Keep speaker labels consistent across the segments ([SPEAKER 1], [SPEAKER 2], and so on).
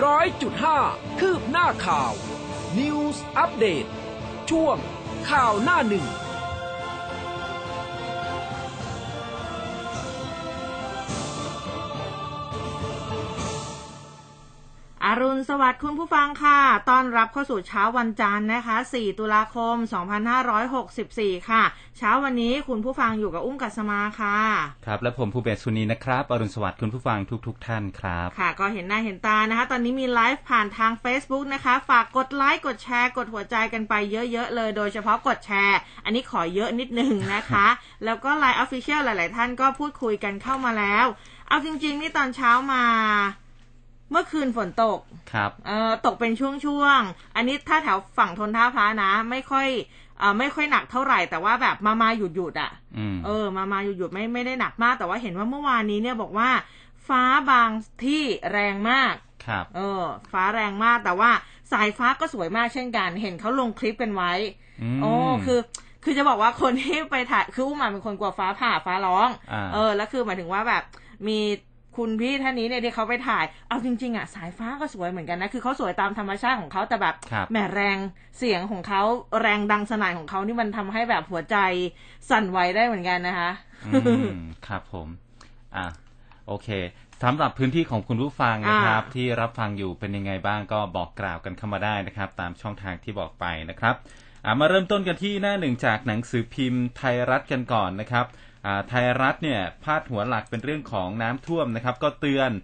[SPEAKER 1] 100.5 คืบหน้าข่าว News Update ช่วงข่าวหน้าหนึ่ง
[SPEAKER 2] อรุณสวัสดิ์คุณผู้ฟังค่ะต้อนรับเข้าสู่เช้าวันจันทร์นะคะ4ตุลาคม2564ค่ะเช้าวันนี้คุณผู้ฟังอยู่กับอุ้มกัสมาค่ะ
[SPEAKER 3] ครับและผมภูเบศสุนีนะครับอรุณสวัสดิ์คุณผู้ฟังทุกท่านครับ
[SPEAKER 2] ค่ะก็เห็นหน้าเห็นตานะคะตอนนี้มีไลฟ์ผ่านทาง Facebook นะคะฝากกดไลค์กดแชร์กดหัวใจกันไปเยอะๆเลยโดยเฉพาะกดแชร์อันนี้ขอเยอะนิดนึงนะคะ แล้วก็ LINE Official หลายๆท่านก็พูดคุยกันเข้ามาแล้วเอาจริงๆนี่ตอนเช้ามาเมื่อคืนฝนตก
[SPEAKER 3] ครับ
[SPEAKER 2] ตกเป็นช่วงๆอันนี้ถ้าแถวฝั่งทนท่าพระนะไม่ค่อยหนักเท่าไหร่แต่ว่าแบบมาหยุดอ่ะมาหยุดไม่ได้หนักมากแต่ว่าเห็นว่าเมื่อวานนี้เนี่ยบอกว่าฟ้าบางที่แรงมาก
[SPEAKER 3] ครับ
[SPEAKER 2] ฟ้าแรงมากแต่ว่าสายฟ้าก็สวยมากเช่นกันเห็นเขาลงคลิปกันไว้คือจะบอกว่าคนที่ไปถ่ายคืออุ้มเป็นคนกลัวฟ้าผ่าฟ้าร้องแล้วคือหมายถึงว่าแบบมีคุณพี่ท่านนี้เนี่ยที่เขาไปถ่ายเอาจริงๆอ่ะสายฟ้าก็สวยเหมือนกันนะคือเขาสวยตามธรรมชาติของเขาแต่แบบแหมแรงเสียงของเขาแรงดังสนั่นของเขานี่มันทำให้แบบหัวใจสั่นไหวได้เหมือนกันนะคะ
[SPEAKER 3] ครับผมโอเคสำหรับพื้นที่ของคุณผู้ฟังนะครับที่รับฟังอยู่เป็นยังไงบ้างก็บอกกล่าวกันเข้ามาได้นะครับตามช่องทางที่บอกไปนะครับมาเริ่มต้นกันที่หน้าหนึ่งจากหนังสือพิมพ์ไทยรัฐกันก่อนนะครับไทยรัฐเนี่ยพาดหัวหลักเป็นเรื่องของน้ำท่วมนะครับก็เตือน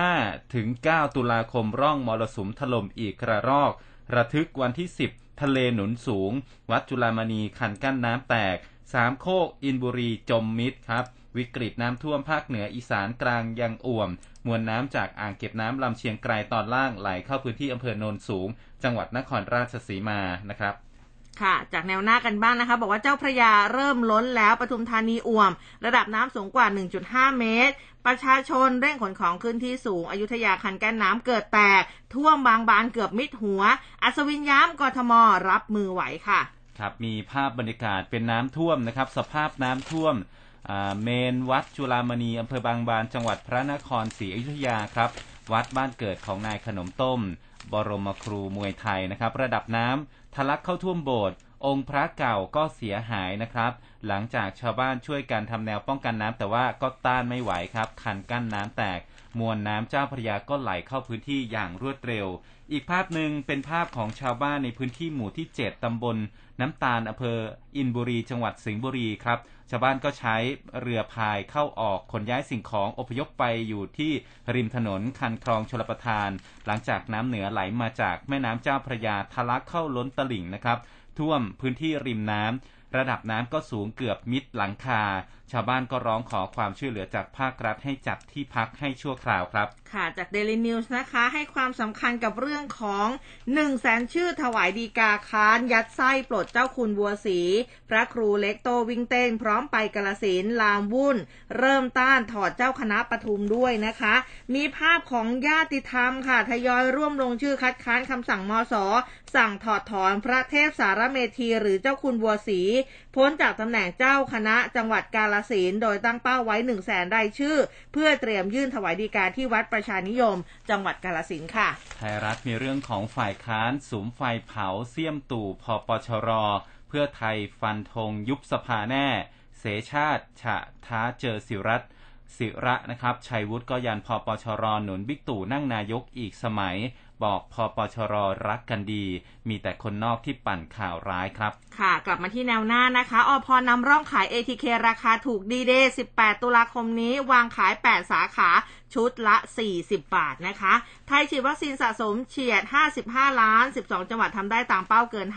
[SPEAKER 3] 5-9 ตุลาคมร่องมรสุมถล่มอีกระลอกระทึกวันที่ 10 ทะเลหนุนสูงวัดจุฬามณีคันกั้นน้ำแตกสามโคกอินบุรีจมมิดครับวิกฤตน้ำท่วมภาคเหนืออีสานกลางยังอ่วมมวลน้ำจากอ่างเก็บน้ำลำเชียงไกรตอนล่างไหลเข้าพื้นที่อำเภอโนนสูงจังหวัดนครราชสีมานะครับ
[SPEAKER 2] ค่ะจากแนวหน้ากันบ้างนะคะบอกว่าเจ้าพระยาเริ่มล้นแล้วปทุมธานีอ่วมระดับน้ำสูงกว่า 1.5 เมตรประชาชนเร่งขนของขึ้นที่สูงอยุธยาคันกั้นน้ำเกิดแตกท่วมบางบานเกือบมิดหัวอัศวินย้ำกทมรับมือไหวค่ะ
[SPEAKER 3] ครับมีภาพบรรยากาศเป็นน้ำท่วมนะครับสภาพน้ำท่วมเมนวัดจุฬามณีอำเภอบางบานจังหวัดพระนครศรีอยุธยาครับวัดบ้านเกิดของนายขนมต้มบรมครูมวยไทยนะครับระดับน้ำทะลักเข้าท่วมโบสถ์องค์พระเก่าก็เสียหายนะครับหลังจากชาวบ้านช่วยกันทำแนวป้องกันน้ำแต่ว่าก็ต้านไม่ไหวครับคันกั้นน้ำแตกมวลน้ำเจ้าพระยาก็ไหลเข้าพื้นที่อย่างรวดเร็วอีกภาพหนึ่งเป็นภาพของชาวบ้านในพื้นที่หมู่ที่7ตำบลน้ำตาลอำเภออินบุรีจังหวัดสิงห์บุรีครับชาวบ้านก็ใช้เรือพายเข้าออกขนย้ายสิ่งของอพยพไปอยู่ที่ริมถนนคันคลองชลประทานหลังจากน้ำเหนือไหลมาจากแม่น้ำเจ้าพระยาทะลักเข้าล้นตลิ่งนะครับท่วมพื้นที่ริมน้ำระดับน้ำก็สูงเกือบมิดหลังคาชาวบ้านก็ร้องขอความช่วยเหลือจากภาครัฐให้จัดที่พักให้ชั่วคราวครับ
[SPEAKER 2] ค่ะจาก Daily News นะคะให้ความสำคัญกับเรื่องของ 100,000 ชื่อถวายฎีกาค้านยัดไส้ปลดเจ้าคุณบัวศรีพระครูเล็กโตวิ่งเต้นพร้อมไปกาฬสินธุ์ลามวุ่นเริ่มต้านถอดเจ้าคณะปทุมด้วยนะคะมีภาพของญาติธรรมค่ะทยอยร่วมลงชื่อคัดค้านคำสั่งมศ.สั่งถอดถอนพระเทพสารเมธีหรือเจ้าคุณบัวศรีพ้นจากตำแหน่งเจ้าคณะจังหวัดกาฬสินธุ์โดยตั้งเป้าไว้ 100,000 รายชื่อเพื่อเตรียมยื่นถวายฎีกาที่วัดประชานิยมจังหวัดกาฬสินธุ์ค่ะ
[SPEAKER 3] ไทยรัฐมีเรื่องของฝ่ายค้านสุมไฟเผาเสี้ยมตู่พปชรเพื่อไทยฟันธงยุบสภาแน่เสชาติฉะท้าเจอศิระนะครับชัยวุฒิก็ยันพปชรหนุนบิ๊กตู่นั่งนายกอีกสมัยบอกพปชรรักกันดีมีแต่คนนอกที่ปั่นข่าวร้ายครับ
[SPEAKER 2] ค่ะกลับมาที่แนวหน้านะคะอพ.นำร่องขาย ATK ราคาถูกดีเดย์18ตุลาคมนี้วางขาย8สาขาชุดละ40 บาทนะคะไทยฉีดวัคซีนสะสมเฉียด55ล้าน12จังหวัดทำได้ตามเป้าเกิน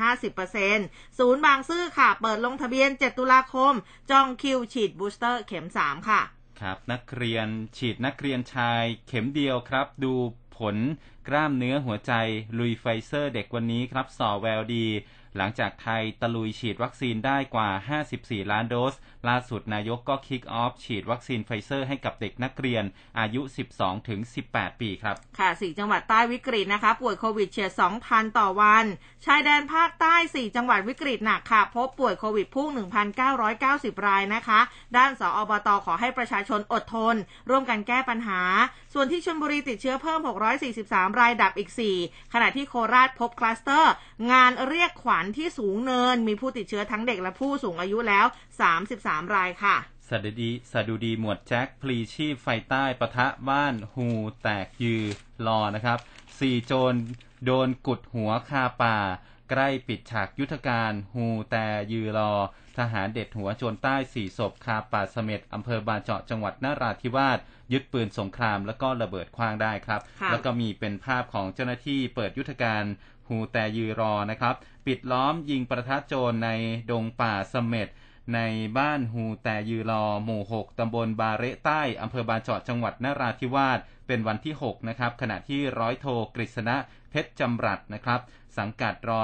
[SPEAKER 2] 50% ศูนย์บางซื่อค่ะเปิดลงทะเบียน7ตุลาคมจองคิวฉีดบูสเตอร์เข็ม3ค่ะ
[SPEAKER 3] ครับนักเรียนฉีดนักเรียนชายเข็มเดียวครับดูผลกล้ามเนื้อหัวใจลุยไฟเซอร์เด็กวันนี้ครับส่อแววดีหลังจากไทยตะลุยฉีดวัคซีนได้กว่า54ล้านโดสล่าสุดนายกก็คิกออฟฉีดวัคซีนไฟเซอร์ให้กับเด็กนักเรียนอายุ 12-18 ปีครับ
[SPEAKER 2] ค่ะ4จังหวัดใต้วิกฤตนะคะป่วยโควิดเฉียด 2,000 ต่อวันชายแดนภาคใต้4จังหวัดวิกฤตหนักค่ะพบป่วยโควิดพุ่ง 1,990 รายนะคะด้านสอบต.ขอให้ประชาชนอดทนร่วมกันแก้ปัญหาส่วนที่ชลบุรีติดเชื้อเพิ่ม643รายดับอีก4ขณะที่โคราชพบคลัสเตอร์งานเรียกขวัญที่สูงเนินมีผู้ติดเชื้อทั้งเด็กและผู้สูงอายุแล้ว33รายค่ะ
[SPEAKER 3] สดุดีหมวดแจ็คพลีชีพไฟใต้ปะทะบ้านฮูแตกยือรอนะครับ4โจรโดนกุดหัวคาป่าใกล้ปิดฉากยุทธการฮูแต่ยือรอทหารเด็ดหัวโจรใต้4ศพคาป่าเสม็ดอำเภอบาเจาะจังหวัดนราธิวาสยึดปืนสงครามแล้วก็ระเบิดขว้างได้ครับแล้วก็มีเป็นภาพของเจ้าหน้าที่เปิดยุทธการฮูแต่ยือรอนะครับปิดล้อมยิงประทะโจรในดงป่าเสม็ดในบ้านฮูแต่ยือรอหมู่6ตำบลบาเระใต้อำเภอบาเจาะจังหวัดนราธิวาสเป็นวันที่6นะครับขณะที่ร้อยโทกฤษณะเพชรจำรัดนะครับสังกัดร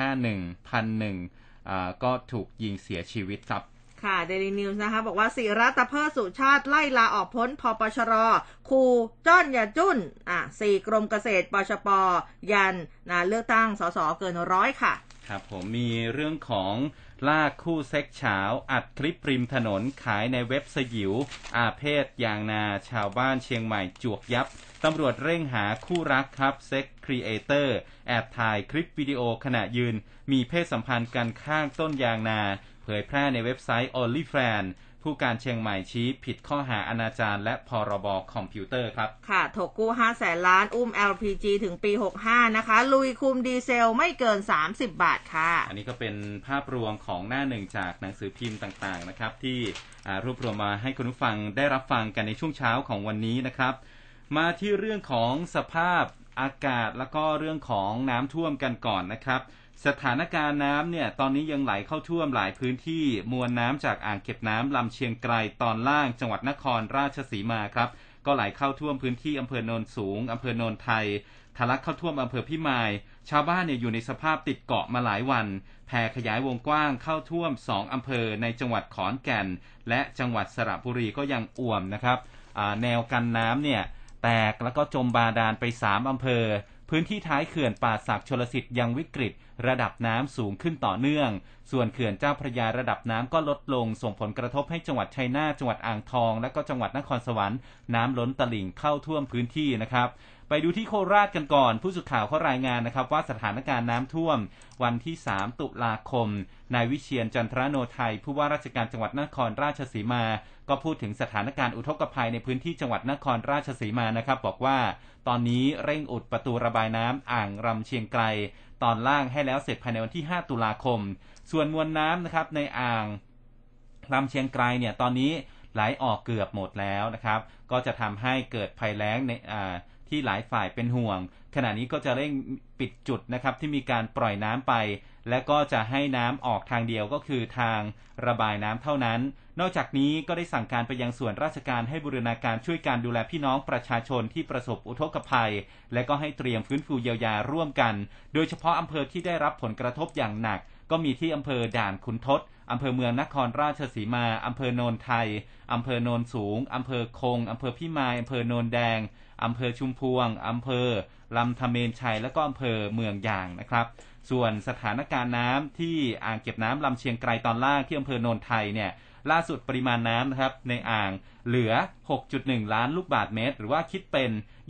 [SPEAKER 3] 151,001ก็ถูกยิงเสียชีวิตครับ
[SPEAKER 2] ค่ะ Daily News นะคะบอกว่าศิระตะเพิดสุชาติไล่ลาออกพ้นพปชรครูจ้อนอย่าจุ้น4กรมเกษตรปชปยันเลือกตั้งสสเกิน100ค่ะ
[SPEAKER 3] ครับผมมีเรื่องของลากคู่เซ็กเฉาอัดคลิปริมถนนขายในเว็บสยิวอาเพศยางนาชาวบ้านเชียงใหม่จวกยับตำรวจเร่งหาคู่รักครับเซ็กครีเอเตอร์แอบถ่ายคลิปวิดีโอขณะยืนมีเพศสัมพันธ์กันข้างต้นยางนาเผยแพร่ในเว็บไซต์ OnlyFans ผู้การเชียงใหม่ชี้ผิดข้อหาอนาจารและพรบคอมพิวเตอร์ครับ
[SPEAKER 2] ค่ะถกกู้500,000 ล้านอุ้ม LPG ถึงปี65นะคะลุยคุมดีเซลไม่เกิน30 บาทค่ะ
[SPEAKER 3] อันนี้ก็เป็นภาพรวมของหน้าหนึ่งจากหนังสือพิมพ์ต่างๆนะครับที่รวบรวมมาให้คุณผู้ฟังได้รับฟังกันในช่วงเช้าของวันนี้นะครับมาที่เรื่องของสภาพอากาศแล้วก็เรื่องของน้ำท่วมกันก่อนนะครับสถานการณ์น้ำเนี่ยตอนนี้ยังไหลเข้าท่วมหลายพื้นที่มวลน้ำจากอ่างเก็บน้ำลำเชียงไกรตอนล่างจังหวัดนครราชสีมาครับก็ไหลเข้าท่วมพื้นที่อำเภอโนนสูงอำเภอโนนไทยทะลักเข้าท่วมอำเภอพิมายชาวบ้านเนี่ยอยู่ในสภาพติดเกาะมาหลายวันแผ่ขยายวงกว้างเข้าท่วม2อำเภอในจังหวัดขอนแก่นและจังหวัดสระบุรีก็ยังอ่วมนะครับแนวกันน้ำเนี่ยแตกแล้วก็จมบาดาลไป3อำเภอพื้นที่ท้ายเขื่อนป่าสักชลสิทธิ์ยังวิกฤตระดับน้ำสูงขึ้นต่อเนื่องส่วนเขื่อนเจ้าพระยาระดับน้ำก็ลดลงส่งผลกระทบให้จังหวัดชัยนาทจังหวัดอ่างทองและก็จังหวัดนครสวรรค์น้ำล้นตลิ่งเข้าท่วมพื้นที่นะครับไปดูที่โคราชกันก่อนผู้สื่อข่าวเขารายงานนะครับว่าสถานการณ์น้ำท่วมวันที่3ตุลาคมนายวิเชียรจันทรโนไทยผู้ว่าราชการจังหวัดนครราชสีมาก็พูดถึงสถานการณ์อุทกภัยในพื้นที่จังหวัดนครราชสีมานะครับบอกว่าตอนนี้เร่งอุดประตูระบายน้ำอ่างลำเชียงไกรตอนล่างให้แล้วเสร็จภายในวันที่5ตุลาคมส่วนมวลน้ำนะครับในอ่างลำเชียงไกรเนี่ยตอนนี้ไหลออกเกือบหมดแล้วนะครับก็จะทำให้เกิดภัยแล้งในที่หลายฝ่ายเป็นห่วงขณะนี้ก็จะเร่งปิดจุดนะครับที่มีการปล่อยน้ำไปและก็จะให้น้ำออกทางเดียวก็คือทางระบายน้ำเท่านั้นนอกจากนี้ก็ได้สั่งการไปยังส่วนราชการให้บูรณาการช่วยการดูแลพี่น้องประชาชนที่ประสบอุทกภัยและก็ให้เตรียมฟื้นฟูเยียวยาร่วมกันโดยเฉพาะอำเภอที่ได้รับผลกระทบอย่างหนักก็มีที่อำเภอด่านขุนทดอำเภอเมืองนครราชสีมาอำเภอโนนไทยอำเภอโนนสูงอำเภอคงอำเภอพิมายอำเภอโนนแดงอำเภอชุมพวงอำเภอลำธเมนชัยและก็อำเภอเมืองยางนะครับส่วนสถานการณ์น้ำที่อ่างเก็บน้ำลำเชียงไกรตอนล่างที่อำเภอโนนไทยเนี่ยล่าสุดปริมาณน้ำนะครับในอ่างเหลือ 6.1 ล้านลูกบาศก์เมตรหรือว่าคิดเป็น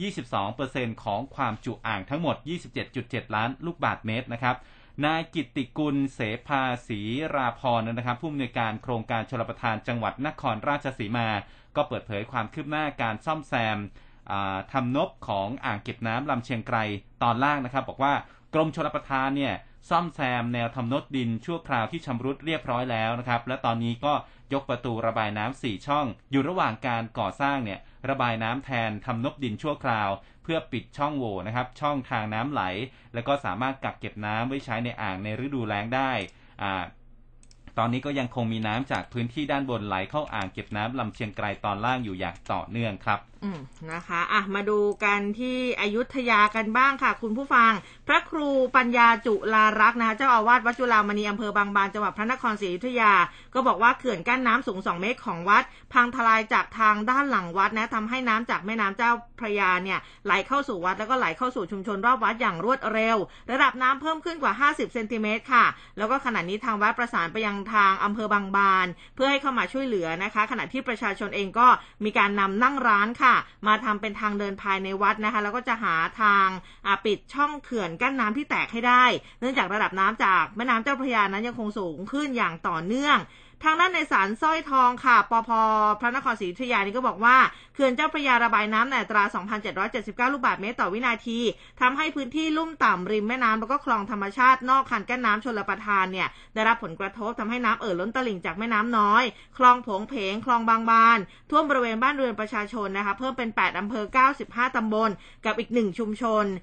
[SPEAKER 3] 22% ของความจุอ่างทั้งหมด 27.7 ล้านลูกบาศก์เมตรนะครับนายกิตติกุลเสภาศรีราพรนะครับผู้อำนวยการโครงการชลประทานจังหวัดนครราชสีมาก็เปิดเผยความคืบหน้าการซ่อมแซมทำนบของอ่างเก็บน้ำลำเชียงไกรตอนล่างนะครับบอกว่ากรมชลประทานเนี่ยซ่อมแซมแนวทำนบดินชั่วคราวที่ชำรุดเรียบร้อยแล้วนะครับและตอนนี้ก็ยกประตูระบายน้ำ4ช่องอยู่ระหว่างการก่อสร้างเนี่ยระบายน้ำแทนทำนบดินชั่วคราวเพื่อปิดช่องโหว่นะครับช่องทางน้ำไหลแล้วก็สามารถกักเก็บน้ำไว้ใช้ในอ่างในฤดูแล้งได้ตอนนี้ก็ยังคงมีน้ำจากพื้นที่ด้านบนไหลเข้าอ่างเก็บน้ำลำเชียงไกรตอนล่างอยู่อย่างต่อเนื่องครับ
[SPEAKER 2] นะคะมาดูกันที่อยุธยากันบ้างค่ะคุณผู้ฟังพระครูปัญญาจุฬารักษ์นะคะเจ้าอาวาสวัดจุฬามณีอำเภอบางบานจังหวัดพระนครศรีอยุธยาก็บอกว่าเขื่อนกั้นน้ำสูง2เมตรของวัดพังทลายจากทางด้านหลังวัดนะทำให้น้ำจากแม่น้ำเจ้าพระยาเนี่ยไหลเข้าสู่วัดแล้วก็ไหลเข้าสู่ชุมชนรอบวัดอย่างรวดเร็วระดับน้ำเพิ่มขึ้นกว่า50เซนติเมตรค่ะแล้วก็ขณะนี้ทางวัดประสานไปยังทางอำเภอบางบานเพื่อให้เข้ามาช่วยเหลือนะคะขณะที่ประชาชนเองก็มีการนำนั่งร้านค่ะมาทำเป็นทางเดินภายในวัดนะคะแล้วก็จะหาทางปิดช่องเขื่อนกั้นน้ำที่แตกให้ได้เนื่องจากระดับน้ำจากแม่น้ำเจ้าพระยานั้นยังคงสูงขึ้นอย่างต่อเนื่องทางด้านในศาลสร้อยทองค่ะปภ.พระนครศรีอยุธยานี่ก็บอกว่าเขื่อนเจ้าพระยาระบายน้ำในอัตรา 2,779 ลูกบาศก์เมตรต่อวินาทีทำให้พื้นที่ลุ่มต่ำริมแม่น้ำแล้วก็คลองธรรมชาตินอกคันกั้นน้ำชลประทานเนี่ยได้รับผลกระทบทำให้น้ำล้นตลิ่งจากแม่น้ำน้อยคลองโผงเพงคลองบางบานท่วมบริเวณบ้านเรือนประชาชนนะคะเพิ่มเป็น8อำเภอ95ตำบลกับอีก1ชุมชน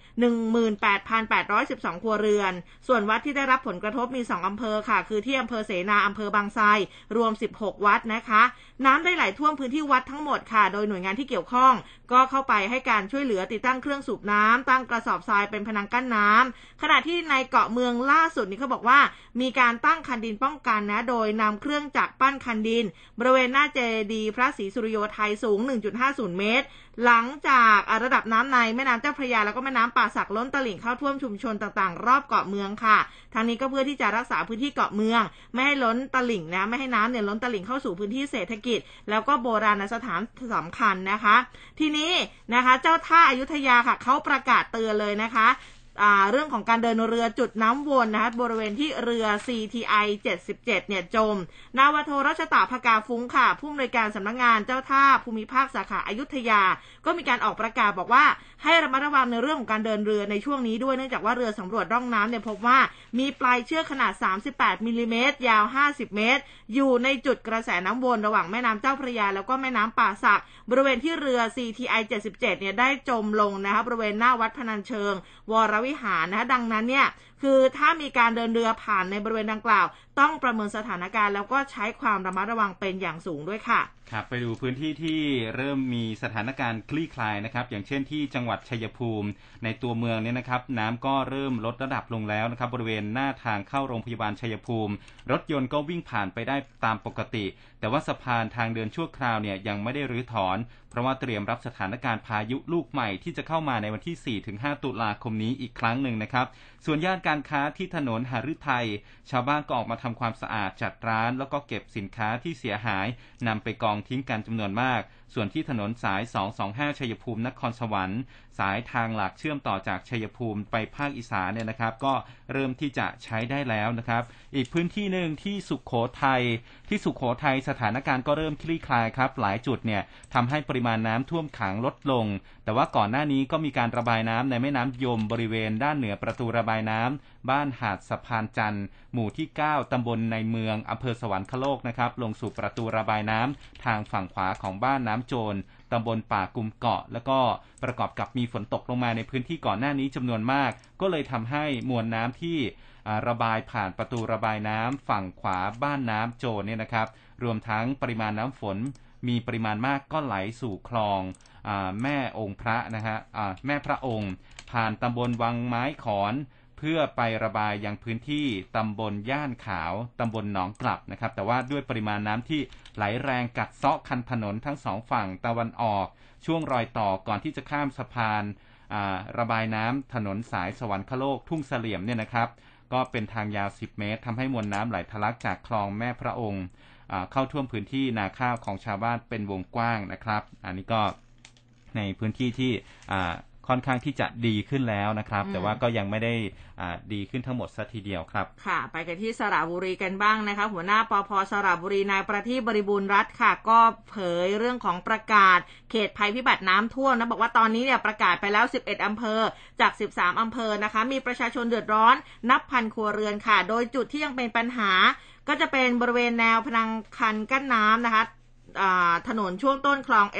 [SPEAKER 2] 18,812 ครัวเรือนส่วนวัดที่ได้รับผลกระทบมี2อำเภอค่ะคือที่อำเภอเสนาอำเภอบางไทรรวม16วัดนะคะน้ำได้ไหลท่วมพื้นที่วัดทั้งหมดค่ะโดยหน่วยงานที่เกี่ยวข้องก็เข้าไปให้การช่วยเหลือติดตั้งเครื่องสูบน้ำตั้งกระสอบทรายเป็นพนังกั้นน้ำขณะที่ในเกาะเมืองล่าสุดนี้เขาบอกว่ามีการตั้งคันดินป้องกันนะโดยนำเครื่องจักรปั้นคันดินบริเวณหน้าเจดีย์พระศรีสุริโยไทยสูง 1.50 เมตรหลังจากระดับน้ำในแม่น้ำเจ้าพระยาแล้วก็แม่น้ำป่าสักล้นตลิ่งเข้าท่วมชุมชนต่างๆรอบเกาะเมืองค่ะทางนี้ก็เพื่อที่จะรักษาพื้นที่เกาะเมืองไม่ให้ล้นตลิ่งนะไม่ให้น้ำเนี่ยล้นตลิ่งเข้าสู่พื้นที่เศรษฐกิจแล้วก็โบราณสถานสำคัญนะคะทีนี้นะคะเจ้าท่าอยุธยาค่ะเขาประกาศเตือนเลยนะคะเรื่องของการเดินเรือจุดน้ำวนนะคะบริเวณที่เรือ CTI 77เนี่ยจมนาวาโทรัชตะภกาฟุ้งค่ะผู้อำนวยการสำนักงานเจ้าท่าภูมิภาคสาขาอยุธยาก็มีการออกประกาศบอกว่าให้ระมัดระวังในเรื่องของการเดินเรือในช่วงนี้ด้วยเนื่องจากว่าเรือสำรวจร่องน้ำเนี่ยพบว่ามีปลายเชือกขนาด38มิลลิเมตรยาว50เมตรอยู่ในจุดกระแสน้ำวนระหว่างแม่น้ำเจ้าพระยาแล้วก็แม่น้ำป่าสักบริเวณที่เรือ CTI 77เนี่ยได้จมลงนะคะบริเวณหน้าวัดพนัญเชิงวรวิหารนะคะดังนั้นเนี่ยคือถ้ามีการเดินเรือผ่านในบริเวณดังกล่าวต้องประเมินสถานการณ์แล้วก็ใช้ความระมัดระวังเป็นอย่างสูงด้วยค่ะ
[SPEAKER 3] ครับไปดูพื้นที่ที่เริ่มมีสถานการณ์คลี่คลายนะครับอย่างเช่นที่จังหวัดชัยภูมิในตัวเมืองเนี่ยนะครับน้ำก็เริ่มลดระดับลงแล้วนะครับบริเวณหน้าทางเข้าโรงพยาบาลชัยภูมิรถยนต์ก็วิ่งผ่านไปได้ตามปกติแต่ว่าสะพานทางเดินชั่วคราวเนี่ยยังไม่ได้รื้อถอนเพราะว่าเตรียมรับสถานการณ์พายุลูกใหม่ที่จะเข้ามาในวันที่ 4-5 ตุลาคมนี้อีกครั้งหนึ่งนะครับส่วนย่านการค้าที่ถนนหฤทัยชาวบ้านก็ออกมาทำความสะอาดจัดร้านแล้วก็เก็บสินค้าที่เสียหายนำไปกองทิ้งกันจำนวนมากส่วนที่ถนนสาย225ชัยภูมินครสวรรค์สายทางหลักเชื่อมต่อจากชัยภูมิไปภาคอีสานเนี่ยนะครับก็เริ่มที่จะใช้ได้แล้วนะครับอีกพื้นที่หนึ่งที่สุโขทัยสถานการณ์ก็เริ่มคลี่คลายครับหลายจุดเนี่ยทำให้ปริมาณน้ำท่วมขังลดลงแต่ว่าก่อนหน้านี้ก็มีการระบายน้ำในแม่น้ำยมบริเวณด้านเหนือประตูระบายน้ำบ้านหาดสะพานจันทร์หมู่ที่9ตำบลในเมืองอำเภอสวรรคโลกนะครับลงสู่ประตูระบายน้ำทางฝั่งขวาของบ้านน้ำโจรตำบลป่ากุมเกาะแล้วก็ประกอบกับมีฝนตกลงมาในพื้นที่ก่อนหน้านี้จำนวนมากก็เลยทำให้มวลน้ำที่ระบายผ่านประตูระบายน้ำฝั่งขวาบ้านน้ำโจรเนี่ยนะครับรวมทั้งปริมาณน้ำฝนมีปริมาณมากก็ไหลสู่คลองแม่องค์พระนะฮะแม่พระองค์ผ่านตำบลวังไม้ขอนเพื่อไประบายยังพื้นที่ตำบลย่านขาวตำบลหนองกลับนะครับแต่ว่าด้วยปริมาณน้ำที่ไหลแรงกัดเซาะคันถนนทั้งสองฝั่งตะวันออกช่วงรอยต่อก่อนที่จะข้ามสะพานระบายน้ำถนนสายสวรรคโลกทุ่งเสลี่ยมเนี่ยนะครับก็เป็นทางยาว10เมตรทำให้มวลน้ำไหลทะลักจากคลองแม่พระองค์เข้าท่วมพื้นที่นาข้าวของชาวบ้านเป็นวงกว้างนะครับอันนี้ก็ในพื้นที่ที่ค่อนข้างที่จะดีขึ้นแล้วนะครับแต่ว่าก็ยังไม่ได้ดีขึ้นทั้งหมดซะทีเดียวครับ
[SPEAKER 2] ค่ะไปกันที่สระบุรีกันบ้างนะคะหัวหน้าปภ.สระบุรีนายประทีปบริบูรณ์รัตน์ค่ะก็เผยเรื่องของประกาศเขตภัยพิบัติน้ำท่วมนะบอกว่าตอนนี้เนี่ยประกาศไปแล้ว11อำเภอจาก13อำเภอนะคะมีประชาชนเดือดร้อนนับพันครัวเรือนค่ะโดยจุดที่ยังเป็นปัญหาก็จะเป็นบริเวณแนวพนังคันกั้นน้ำนะคะถนนช่วงต้นคลอง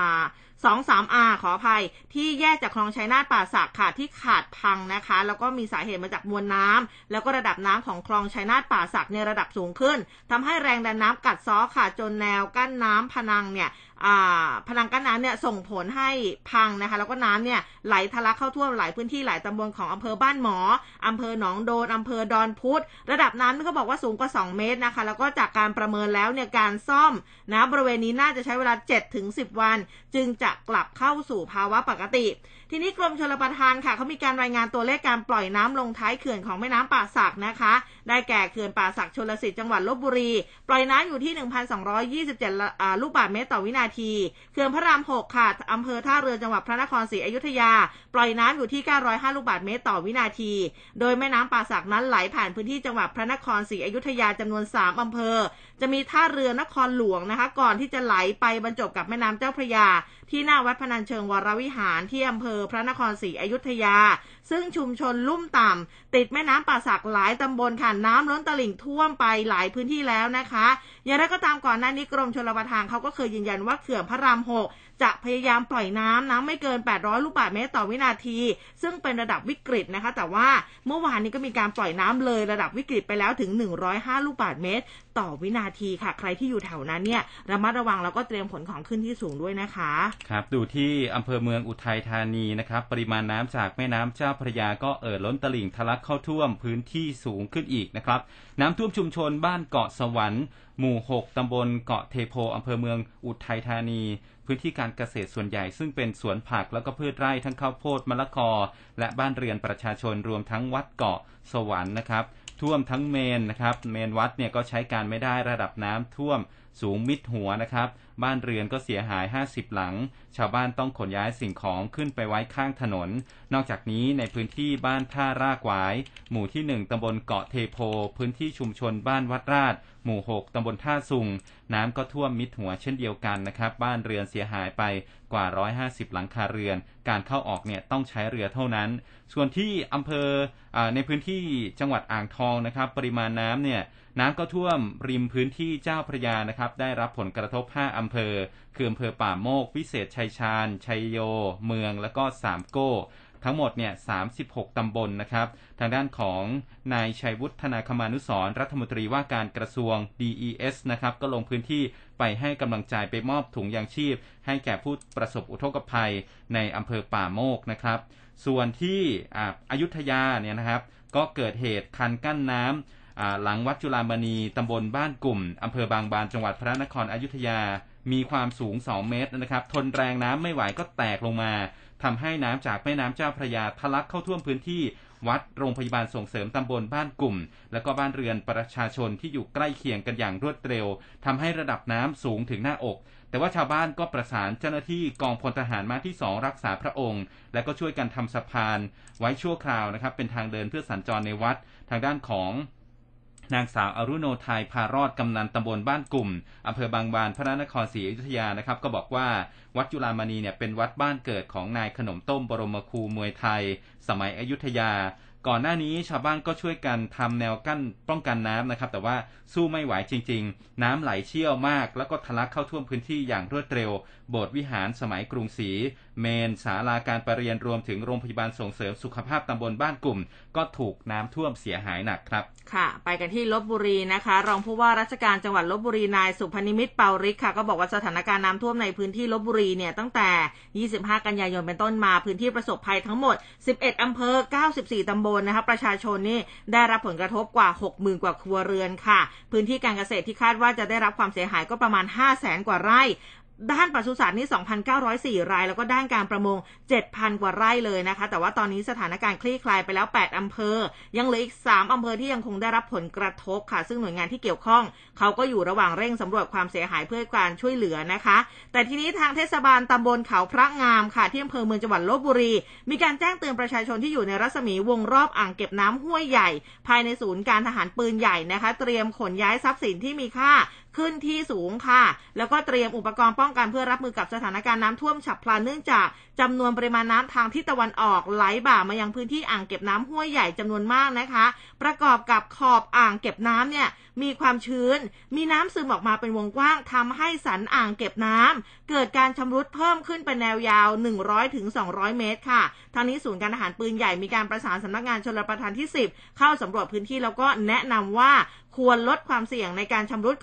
[SPEAKER 2] 23R ขออภัยที่แยกจากคลองชัยนาทป่าสักค่ะที่ขาดพังนะคะแล้วก็มีสาเหตุมาจากมวลน้ำแล้วก็ระดับน้ำของคลองชัยนาทป่าสักในระดับสูงขึ้นทำให้แรงดันน้ำกัดเซาะค่ะจนแนวกั้นน้ำพนังเนี่ยพนังกั้นน้ำเนี่ยส่งผลให้พังนะคะแล้วก็น้ำเนี่ยไหลทะลักเข้าท่วมหลายพื้นที่หลายตำบลของอำเภอบ้านหมออำเภอหนองโดนอำเภอดอนพุธระดับน้ำเขาบอกว่าสูงกว่า2 เมตรนะคะแล้วก็จากการประเมินแล้วเนี่ยการซ่อมนะบริเวณนี้น่าจะใช้เวลา 7-10 วันจึงจะกลับเข้าสู่ภาวะปกติทีนี้กรมชลประทานค่ะเขามีการรายงานตัวเลขการปล่อยน้ำลงท้ายเขื่อนของแม่น้ำป่าสักนะคะได้แก่เขื่อนป่าสักชลสิทธิ์จังหวัดลพบุรีปล่อยน้ำอยู่ที่ 1,227 ลูกบาศก์เมตรต่อวินาทีเขื่อนพระราม6ค่ะอำเภอท่าเรือจังหวัดพระนครศรีอยุธยาปล่อยน้ำอยู่ที่905ลูกบาศก์เมตรต่อวินาทีโดยแม่น้ำป่าสักนั้นไหลผ่านพื้นที่จังหวัดพระนครศรีอยุธยาจำนวน3อำเภอจะมีท่าเรือนครหลวงนะคะก่อนที่จะไหลไปบรรจบกับแม่น้ำเจ้าพระยาที่หน้าวัดพนัญเชิงวรวิหารที่อำเภอพระนครศรีอยุธยาซึ่งชุมชนลุ่มต่ำติดแม่น้ำป่าสักหลายตำบลค่ะน้ำล้นตลิ่งท่วมไปหลายพื้นที่แล้วนะคะอย่างไรก็ตามก่อนหน้านี้กรมชลประทานเขาก็เคยยืนยันว่าเขื่อนพระราม6จะพยายามปล่อยน้ำไม่เกิน800ลูกบาศก์เมตรต่อวินาทีซึ่งเป็นระดับวิกฤตนะคะแต่ว่าเมื่อวานนี้ก็มีการปล่อยน้ำเลยระดับวิกฤตไปแล้วถึง105ลูกบาศก์เมตรต่อวินาทีค่ะใครที่อยู่แถวนั้นเนี่ยระมัดระวังแล้วก็เตรียมขนของขึ้นที่สูงด้วยนะคะ
[SPEAKER 3] ครับดูที่อำเภอเมืองอุทัยธานีนะครับปริมาณน้ำจากแม่น้ำเจ้าพระยาก็ล้นตลิ่งทะลักเข้าท่วมพื้นที่สูงขึ้นอีกนะครับน้ำท่วมชุมชนบ้านเกาะสวรรค์หมู่6ตำบลเกาะเทโพอำเภอเมืองอุทัยธานีพื้นที่การเกษตรส่วนใหญ่ซึ่งเป็นสวนผักแล้วก็พืชไร่ทั้งข้าวโพดมะละกอและบ้านเรือนประชาชนรวมทั้งวัดเกาะสวรรค์นะครับท่วมทั้งเมนนะครับเมนวัดเนี่ยก็ใช้การไม่ได้ระดับน้ำท่วมสูงมิดหัวนะครับบ้านเรือนก็เสียหาย50หลังชาวบ้านต้องขนย้ายสิ่งของขึ้นไปไว้ข้างถนนนอกจากนี้ในพื้นที่บ้านท่ารากหวายหมู่ที่1ตำบลเกาะเทโพพื้นที่ชุมชนบ้านวัดราชหมู่6ตำบลท่าซุงน้ำก็ท่วมมิดหัวเช่นเดียวกันนะครับบ้านเรือนเสียหายไปกว่า150หลังคาเรือนการเข้าออกเนี่ยต้องใช้เรือเท่านั้นส่วนที่อำเภอในพื้นที่จังหวัดอ่างทองนะครับปริมาณน้ำเนี่ยน้ำก็ท่วมริมพื้นที่เจ้าพระยานะครับได้รับผลกระทบ5อำเภอคืออำเภอป่าโมกวิเศษชัยชาญชัยโยเมืองแล้วก็สามโก้ทั้งหมดเนี่ย36ตำบลนะครับทางด้านของนายชัยวุฒิธนาคมานุสรณ์รัฐมนตรีว่าการกระทรวง DES นะครับก็ลงพื้นที่ไปให้กำลังใจไปมอบถุงยางชีพให้แก่ผู้ประสบอุทกภัยในอำเภอป่าโมกนะครับส่วนที่อยุธยาเนี่ยนะครับก็เกิดเหตุคันกั้นน้ำหลังวัดจุฬามณีตำบลบ้านกลุ่มอำเภอบางบานจังหวัดพระนครอยุธยามีความสูง2เมตรนะครับทนแรงน้ำไม่ไหวก็แตกลงมาทำให้น้ำจากแม่น้ำเจ้าพระยาทะลักเข้าท่วมพื้นที่วัดโรงพยาบาลส่งเสริมตำบลบ้านกลุ่มและก็บ้านเรือนประชาชนที่อยู่ใกล้เคียงกันอย่างรวดเร็วทำให้ระดับน้ำสูงถึงหน้าอกแต่ว่าชาวบ้านก็ประสานเจ้าหน้าที่กองพลทหารม้าที่2รักษาพระองค์และก็ช่วยกันทำสะพานไว้ชั่วคราวนะครับเป็นทางเดินเพื่อสัญจรในวัดทางด้านของนางสาวอรุโนไทยพารอดกำนันตำบลบ้านกลุ่มอำเภอบางบานพระนครศรีอยุธยานะครับก็บอกว่าวัดจุฬามณีเนี่ยเป็นวัดบ้านเกิดของนายขนมต้มบรมครูมวยไทยสมัยอยุธยาก่อนหน้านี้ชาวบ้านก็ช่วยกันทำแนวกั้นป้องกันน้ำนะครับแต่ว่าสู้ไม่ไหวจริงๆน้ำไหลเชี่ยวมากแล้วก็ทะลักเข้าท่วมพื้นที่อย่างรวดเร็วโบสถ์วิหารสมัยกรุงศรีเมนศาลาการประเรียนรวมถึงโรงพยาบาลส่งเสริมสุขภาพตำบลบ้านกลุ่มก็ถูกน้ำท่วมเสียหายหนักครับ
[SPEAKER 2] ค่ะไปกันที่ลพบุรีนะคะรองผู้ว่าราชการจังหวัดลพบุรีนายสุพนิมิตรเปาริกค่ะก็บอกว่าสถานการณ์น้ำท่วมในพื้นที่ลพบุรีเนี่ยตั้งแต่25กันยายนเป็นต้นมาพื้นที่ประสบภัยทั้งหมด11อำเภอ94ตำบลนะคะประชาชนนี่ได้รับผลกระทบกว่า 60,000 กว่าครัวเรือนค่ะพื้นที่การเกษตรที่คาดว่าจะได้รับความเสียหายก็ประมาณ 500,000 กว่าไร่ด้านปศุสัตว์นี่ 2,904 รายแล้วก็ด้านการประมง 7,000 กว่าไร่เลยนะคะแต่ว่าตอนนี้สถานการณ์คลี่คลายไปแล้ว8อำเภอยังเหลืออีก3อำเภอที่ยังคงได้รับผลกระทบค่ะซึ่งหน่วยงานที่เกี่ยวข้องเขาก็อยู่ระหว่างเร่งสำรวจความเสียหายเพื่อการช่วยเหลือนะคะแต่ทีนี้ทางเทศบาลตำบลเขาพระงามค่ะที่อำเภอเมืองจังหวัดลพบุรีมีการแจ้งเตือนประชาชนที่อยู่ในรัศมีวงรอบอ่างเก็บน้ำห้วยใหญ่ภายในศูนย์การทหารปืนใหญ่นะคะเตรียมขนย้ายทรัพย์สินที่มีค่าขึ้นที่สูงค่ะแล้วก็เตรียมอุปกรณ์ป้องกันเพื่อรับมือกับสถานการณ์น้ำท่วมฉับพลันเนื่องจากจำนวนปริมาณน้ำทางทิศตะวันออกไหลบ่ามายังพื้นที่อ่างเก็บน้ำห้วยใหญ่จำนวนมากนะคะประกอบกับขอบอ่างเก็บน้ำเนี่ยมีความชื้นมีน้ำซึมออกมาเป็นวงกว้างทำให้สันอ่างเก็บน้ำเกิดการชำรุดเพิ่มขึ้นเป็นแนวยาว 100-200 เมตรค่ะทางนี้ศูนย์การทหารปืนใหญ่มีการประสานสำนักงานชลประทานที่10เข้าสำรวจพื้นที่แล้วก็แนะนำว่าควรลดความเสี่ยงในการชำรุดของสัน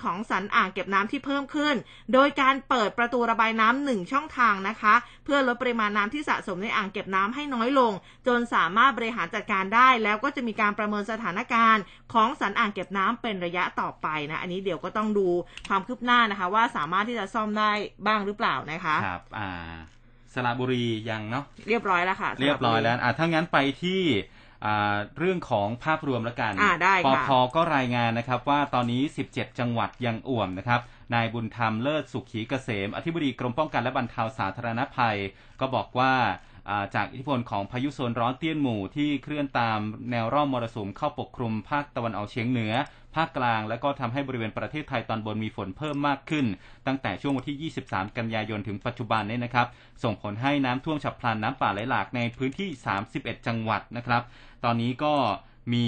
[SPEAKER 2] นอ่างเก็บน้ำที่เพิ่มขึ้นโดยการเปิดประตูระบายน้ำ1ช่องทางนะคะเพื่อลดปริมาณน้ำที่สะสมในอ่างเก็บน้ำให้น้อยลงจนสามารถบริหารจัดการได้แล้วก็จะมีการประเมินสถานการณ์ของสันอ่างเก็บน้ำเป็นระยะต่อไปนะอันนี้เดี๋ยวก็ต้องดูความคืบหน้านะคะว่าสามารถที่จะซ่อมได้บ้างหรือเปล่านะคะ
[SPEAKER 3] ครับสระบุรียังเนาะ
[SPEAKER 2] เรียบร้อยแล้วค่ะ
[SPEAKER 3] เรียบร้อยแล้วถ้างั้นไปที่เรื่องของภาพรวมแล้วกันปภ.ก็รายงานนะครับว่าตอนนี้17จังหวัดยังอ่วมนะครับนายบุญธรรมเลิศสุขีเกษมอธิบดีกรมป้องกันและบรรเทาสาธารณภัยก็บอกว่าจากอิทธิพลของพายุโซนร้อนเตี้ยนหมู่ที่เคลื่อนตามแนวร่องมรสุมเข้าปกคลุมภาคตะวันออกเฉียงเหนือภาคกลางและก็ทำให้บริเวณประเทศไทยตอนบนมีฝนเพิ่มมากขึ้นตั้งแต่ช่วงวันที่23กันยายนถึงปัจจุบันนี้นะครับส่งผลให้น้ำท่วมฉับพลันน้ำป่าไหลหลากในพื้นที่31จังหวัดนะครับตอนนี้ก็มี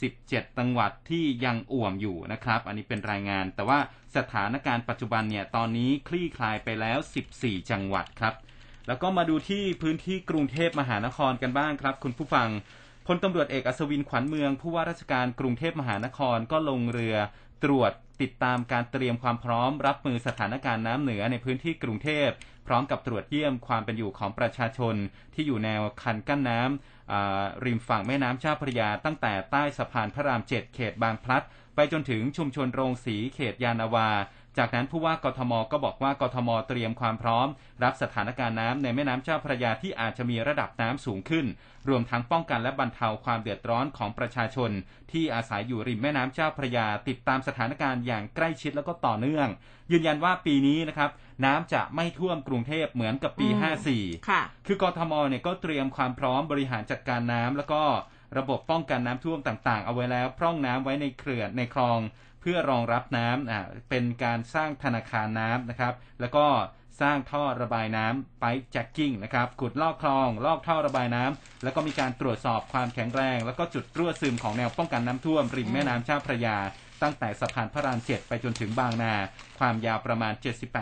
[SPEAKER 3] 17จังหวัดที่ยังอ่วมอยู่นะครับอันนี้เป็นรายงานแต่ว่าสถานการณ์ปัจจุบันเนี่ยตอนนี้คลี่คลายไปแล้ว14จังหวัดครับแล้วก็มาดูที่พื้นที่กรุงเทพมหานครกันบ้างครับคุณผู้ฟังพลตำรวจเอกอัศวินขวัญเมืองผู้ว่าราชการกรุงเทพมหานครก็ลงเรือตรวจติดตามการเตรียมความพร้อมรับมือสถานการณ์น้ำเหนือในพื้นที่กรุงเทพพร้อมกับตรวจเยี่ยมความเป็นอยู่ของประชาชนที่อยู่แนวคันกั้นน้ำริมฝั่งแม่น้ำเจ้าพระยาตั้งแต่ใต้สะพานพระราม 7เขตบางพลัดไปจนถึงชุมชนโรงสีเขตยานนาวาจากนั้นผู้ว่ากทมก็บอกว่ากทมเตรียมความพร้อมรับสถานการณ์น้ำในแม่น้ำเจ้าพระยาที่อาจจะมีระดับน้ำสูงขึ้นรวมทั้งป้องกันและบรรเทาความเดือดร้อนของประชาชนที่อาศัยอยู่ริมแม่น้ำเจ้าพระยาติดตามสถานการณ์อย่างใกล้ชิดแล้วก็ต่อเนื่องยืนยันว่าปีนี้นะครับน้ำจะไม่ท่วมกรุงเทพเหมือนกับปี54ค่ะคือกทมเนี่ยก็เตรียมความพร้อมบริหารจัดการน้ำแล้วก็ระบบป้องกันน้ำท่วมต่างๆเอาไว้แล้วพร่องน้ำไว้ในเขื่อนในคลองเพื่อรองรับน้ำเป็นการสร้างธนาคารน้ำนะครับแล้วก็สร้างท่อระบายน้ำไปแจ็คกิ้งนะครับขุดลอกคลองลอกท่อระบายน้ำแล้วก็มีการตรวจสอบความแข็งแรงแล้วก็จุดรั่วซึมของแนวป้องกันน้ำท่วมริมแม่น้ำเจ้าพระยาตั้งแต่สะพานพระราม 7ไปจนถึงบางนาความยาวประมาณ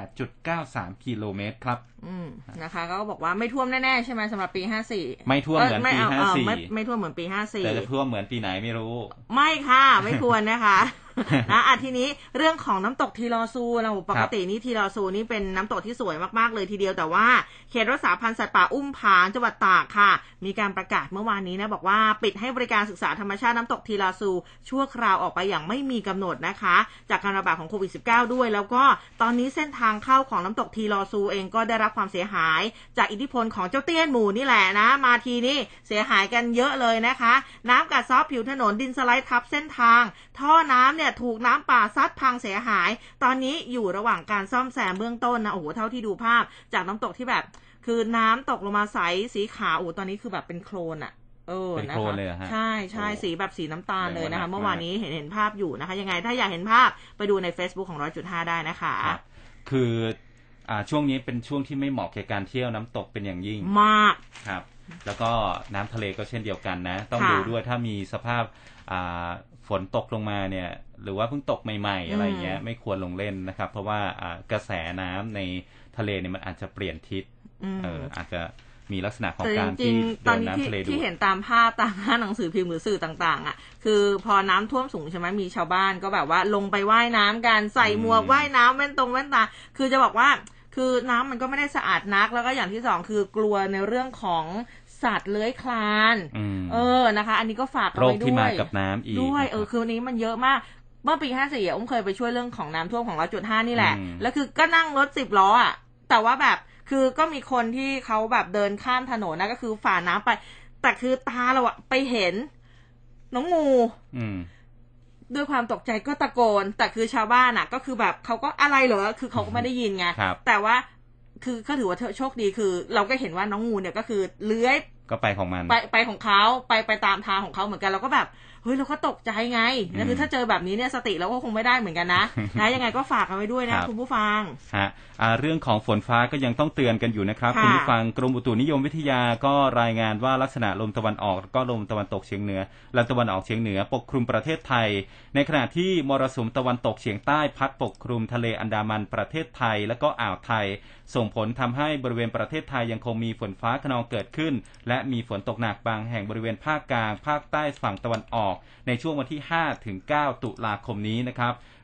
[SPEAKER 3] 78.93 กิโลเมตรครับ
[SPEAKER 2] นะคะก็บอกว่าไม่ท่วมแน่ๆใช่ไหมสำหรับปี54
[SPEAKER 3] ไม่ท่วมเหมือนปี54
[SPEAKER 2] ไม่ท่วมเหมือนปี54
[SPEAKER 3] แต่จะท่วมเหมือนปีไหนไม่รู้
[SPEAKER 2] ไม่ค่ะไม่ควรนะคะนะทีนี้เรื่องของน้ำตกทีลอซูเราปกตินี่ทีลอซูนี่เป็นน้ำตกที่สวยมากๆเลยทีเดียวแต่ว่าเขตรักษาพันธุ์สัตว์ป่าอุ้มผางจังหวัดตากค่ะมีการประกาศเมื่อวานนี้นะบอกว่าปิดให้บริการศึกษาธรรมชาติน้ำตกทีลอซูชั่วคราวออกไปอย่างไม่มีกำหนดนะคะจากการระบาดของโควิด -19 ด้วยแล้วก็ตอนนี้เส้นทางเข้าของน้ำตกทีลอซูเองก็ได้รับความเสียหายจากอิทธิพลของเจ้าเตี้ยนหมู่นี่แหละนะมาทีนี้เสียหายกันเยอะเลยนะคะน้ำกัดเซาะผิวถนนดินสไลด์ทับเส้นทางท่อน้ำเนี่ยถูกน้ำป่าซัดพังเสียหายตอนนี้อยู่ระหว่างการซ่อมแซมเบื้องต้นนะโอ้โหเท่าที่ดูภาพจากน้ำตกที่แบบคือน้ำตกลงมาใสสีขาวโอ้ตอนนี้คือแบบเป็นโคลนอ่ะ
[SPEAKER 3] เป็นโคลนเลยฮะ
[SPEAKER 2] ใช่ใช่สีแบบสีน้ำตาลเลยนะคะเมื่อวานนี้เห็นภาพอยู่นะคะยังไงถ้าอยากเห็นภาพไปดูใน Facebook ของ 100.5 ได้นะคะ
[SPEAKER 3] คือช่วงนี้เป็นช่วงที่ไม่เหมาะแก่การเที่ยวน้ำตกเป็นอย่างยิ่ง
[SPEAKER 2] มาก
[SPEAKER 3] ครับแล้วก็น้ำทะเลก็เช่นเดียวกันนะต้องดูด้วยถ้ามีสภาพฝนตกลงมาเนี่ยหรือว่าเพิ่งตกใหม่ๆอะไรเงี้ยไม่ควรลงเล่นนะครับเพราะว่ากระแสน้ำในทะเลเนี่ยมันอาจจะเปลี่ยนทิศอาจจะมีลักษณะของการที่โดนน้ำทะเลดู
[SPEAKER 2] ที่เห็นตามภาพตามหนังสือพิมพ์หรือสื่อต่างๆอ่ะคือพอน้ำท่วมสูงใช่ไหมมีชาวบ้านก็แบบว่าลงไปว่ายน้ำกันใส่หมวกว่ายน้ำแว่นตาคือจะบอกว่าคือน้ำมันก็ไม่ได้สะอาดนักแล้วก็อย่างที่สองคือกลัวในเรื่องของสัตว์เลื้อยคลานนะคะอันนี้ก็ฝากเอาไว้ด้วยโรค
[SPEAKER 3] ที่มากับน้ำอีก
[SPEAKER 2] ด้วยคือนี้มันเยอะมากเมื่อปี54อุ้มเคยไปช่วยเรื่องของน้ำท่วมของ 100.5 นี่แหละแล้วคือก็นั่งรถ10ล้ออ่ะแต่ว่าแบบคือก็มีคนที่เขาแบบเดินข้ามถนนนะก็คือฝ่าน้ำไปแต่คือตาเราอะไปเห็นน้องงูด้วยความตกใจก็ตะโกนแต่คือชาวบ้านอะก็คือแบบเขาก็อะไรเหรอคือเขาก็ไม่ได้ยินไงแต่ว่าคือก็ถือว่าโชคดีคือเราก็เห็นว่าน้องงูเนี่ยก็คือเลื้อย
[SPEAKER 3] ก็ไปของมัน
[SPEAKER 2] ไปของเขาไปตามทางของเขาเหมือนกันเราก็แบบเฮ้ยเราก็ตกใจไงแล้วคือถ้าเจอแบบนี้เนี่ยสติเราก็คงไม่ได้เหมือนกันนะยังไงก็ฝากเอาไว้ด้วยนะคุณผู้ฟัง
[SPEAKER 3] เรื่องของฝนฟ้าก็ยังต้องเตือนกันอยู่นะครับคุณผู้ฟังกรมอุตุนิยมวิทยาก็รายงานว่าลักษณะลมตะวันออกก็ลมตะวันตกเฉียงเหนือลมตะวันออกเฉียงเหนือปกคลุมประเทศไทยในขณะที่มรสุมตะวันตกเฉียงใต้พัดปกคลุมทะเลอันดามันประเทศไทยและก็อ่าวไทยส่งผลทำให้บริเวณประเทศไทยยังคงมีฝนฟ้าคะนองเกิดขึ้นและมีฝนตกหนักบางแห่งบริเวณภาคกลางภาคใต้ฝั่งตะวันออกในช่วงวันที่5 ถึง 9 ตุลาคมนี้นะครับ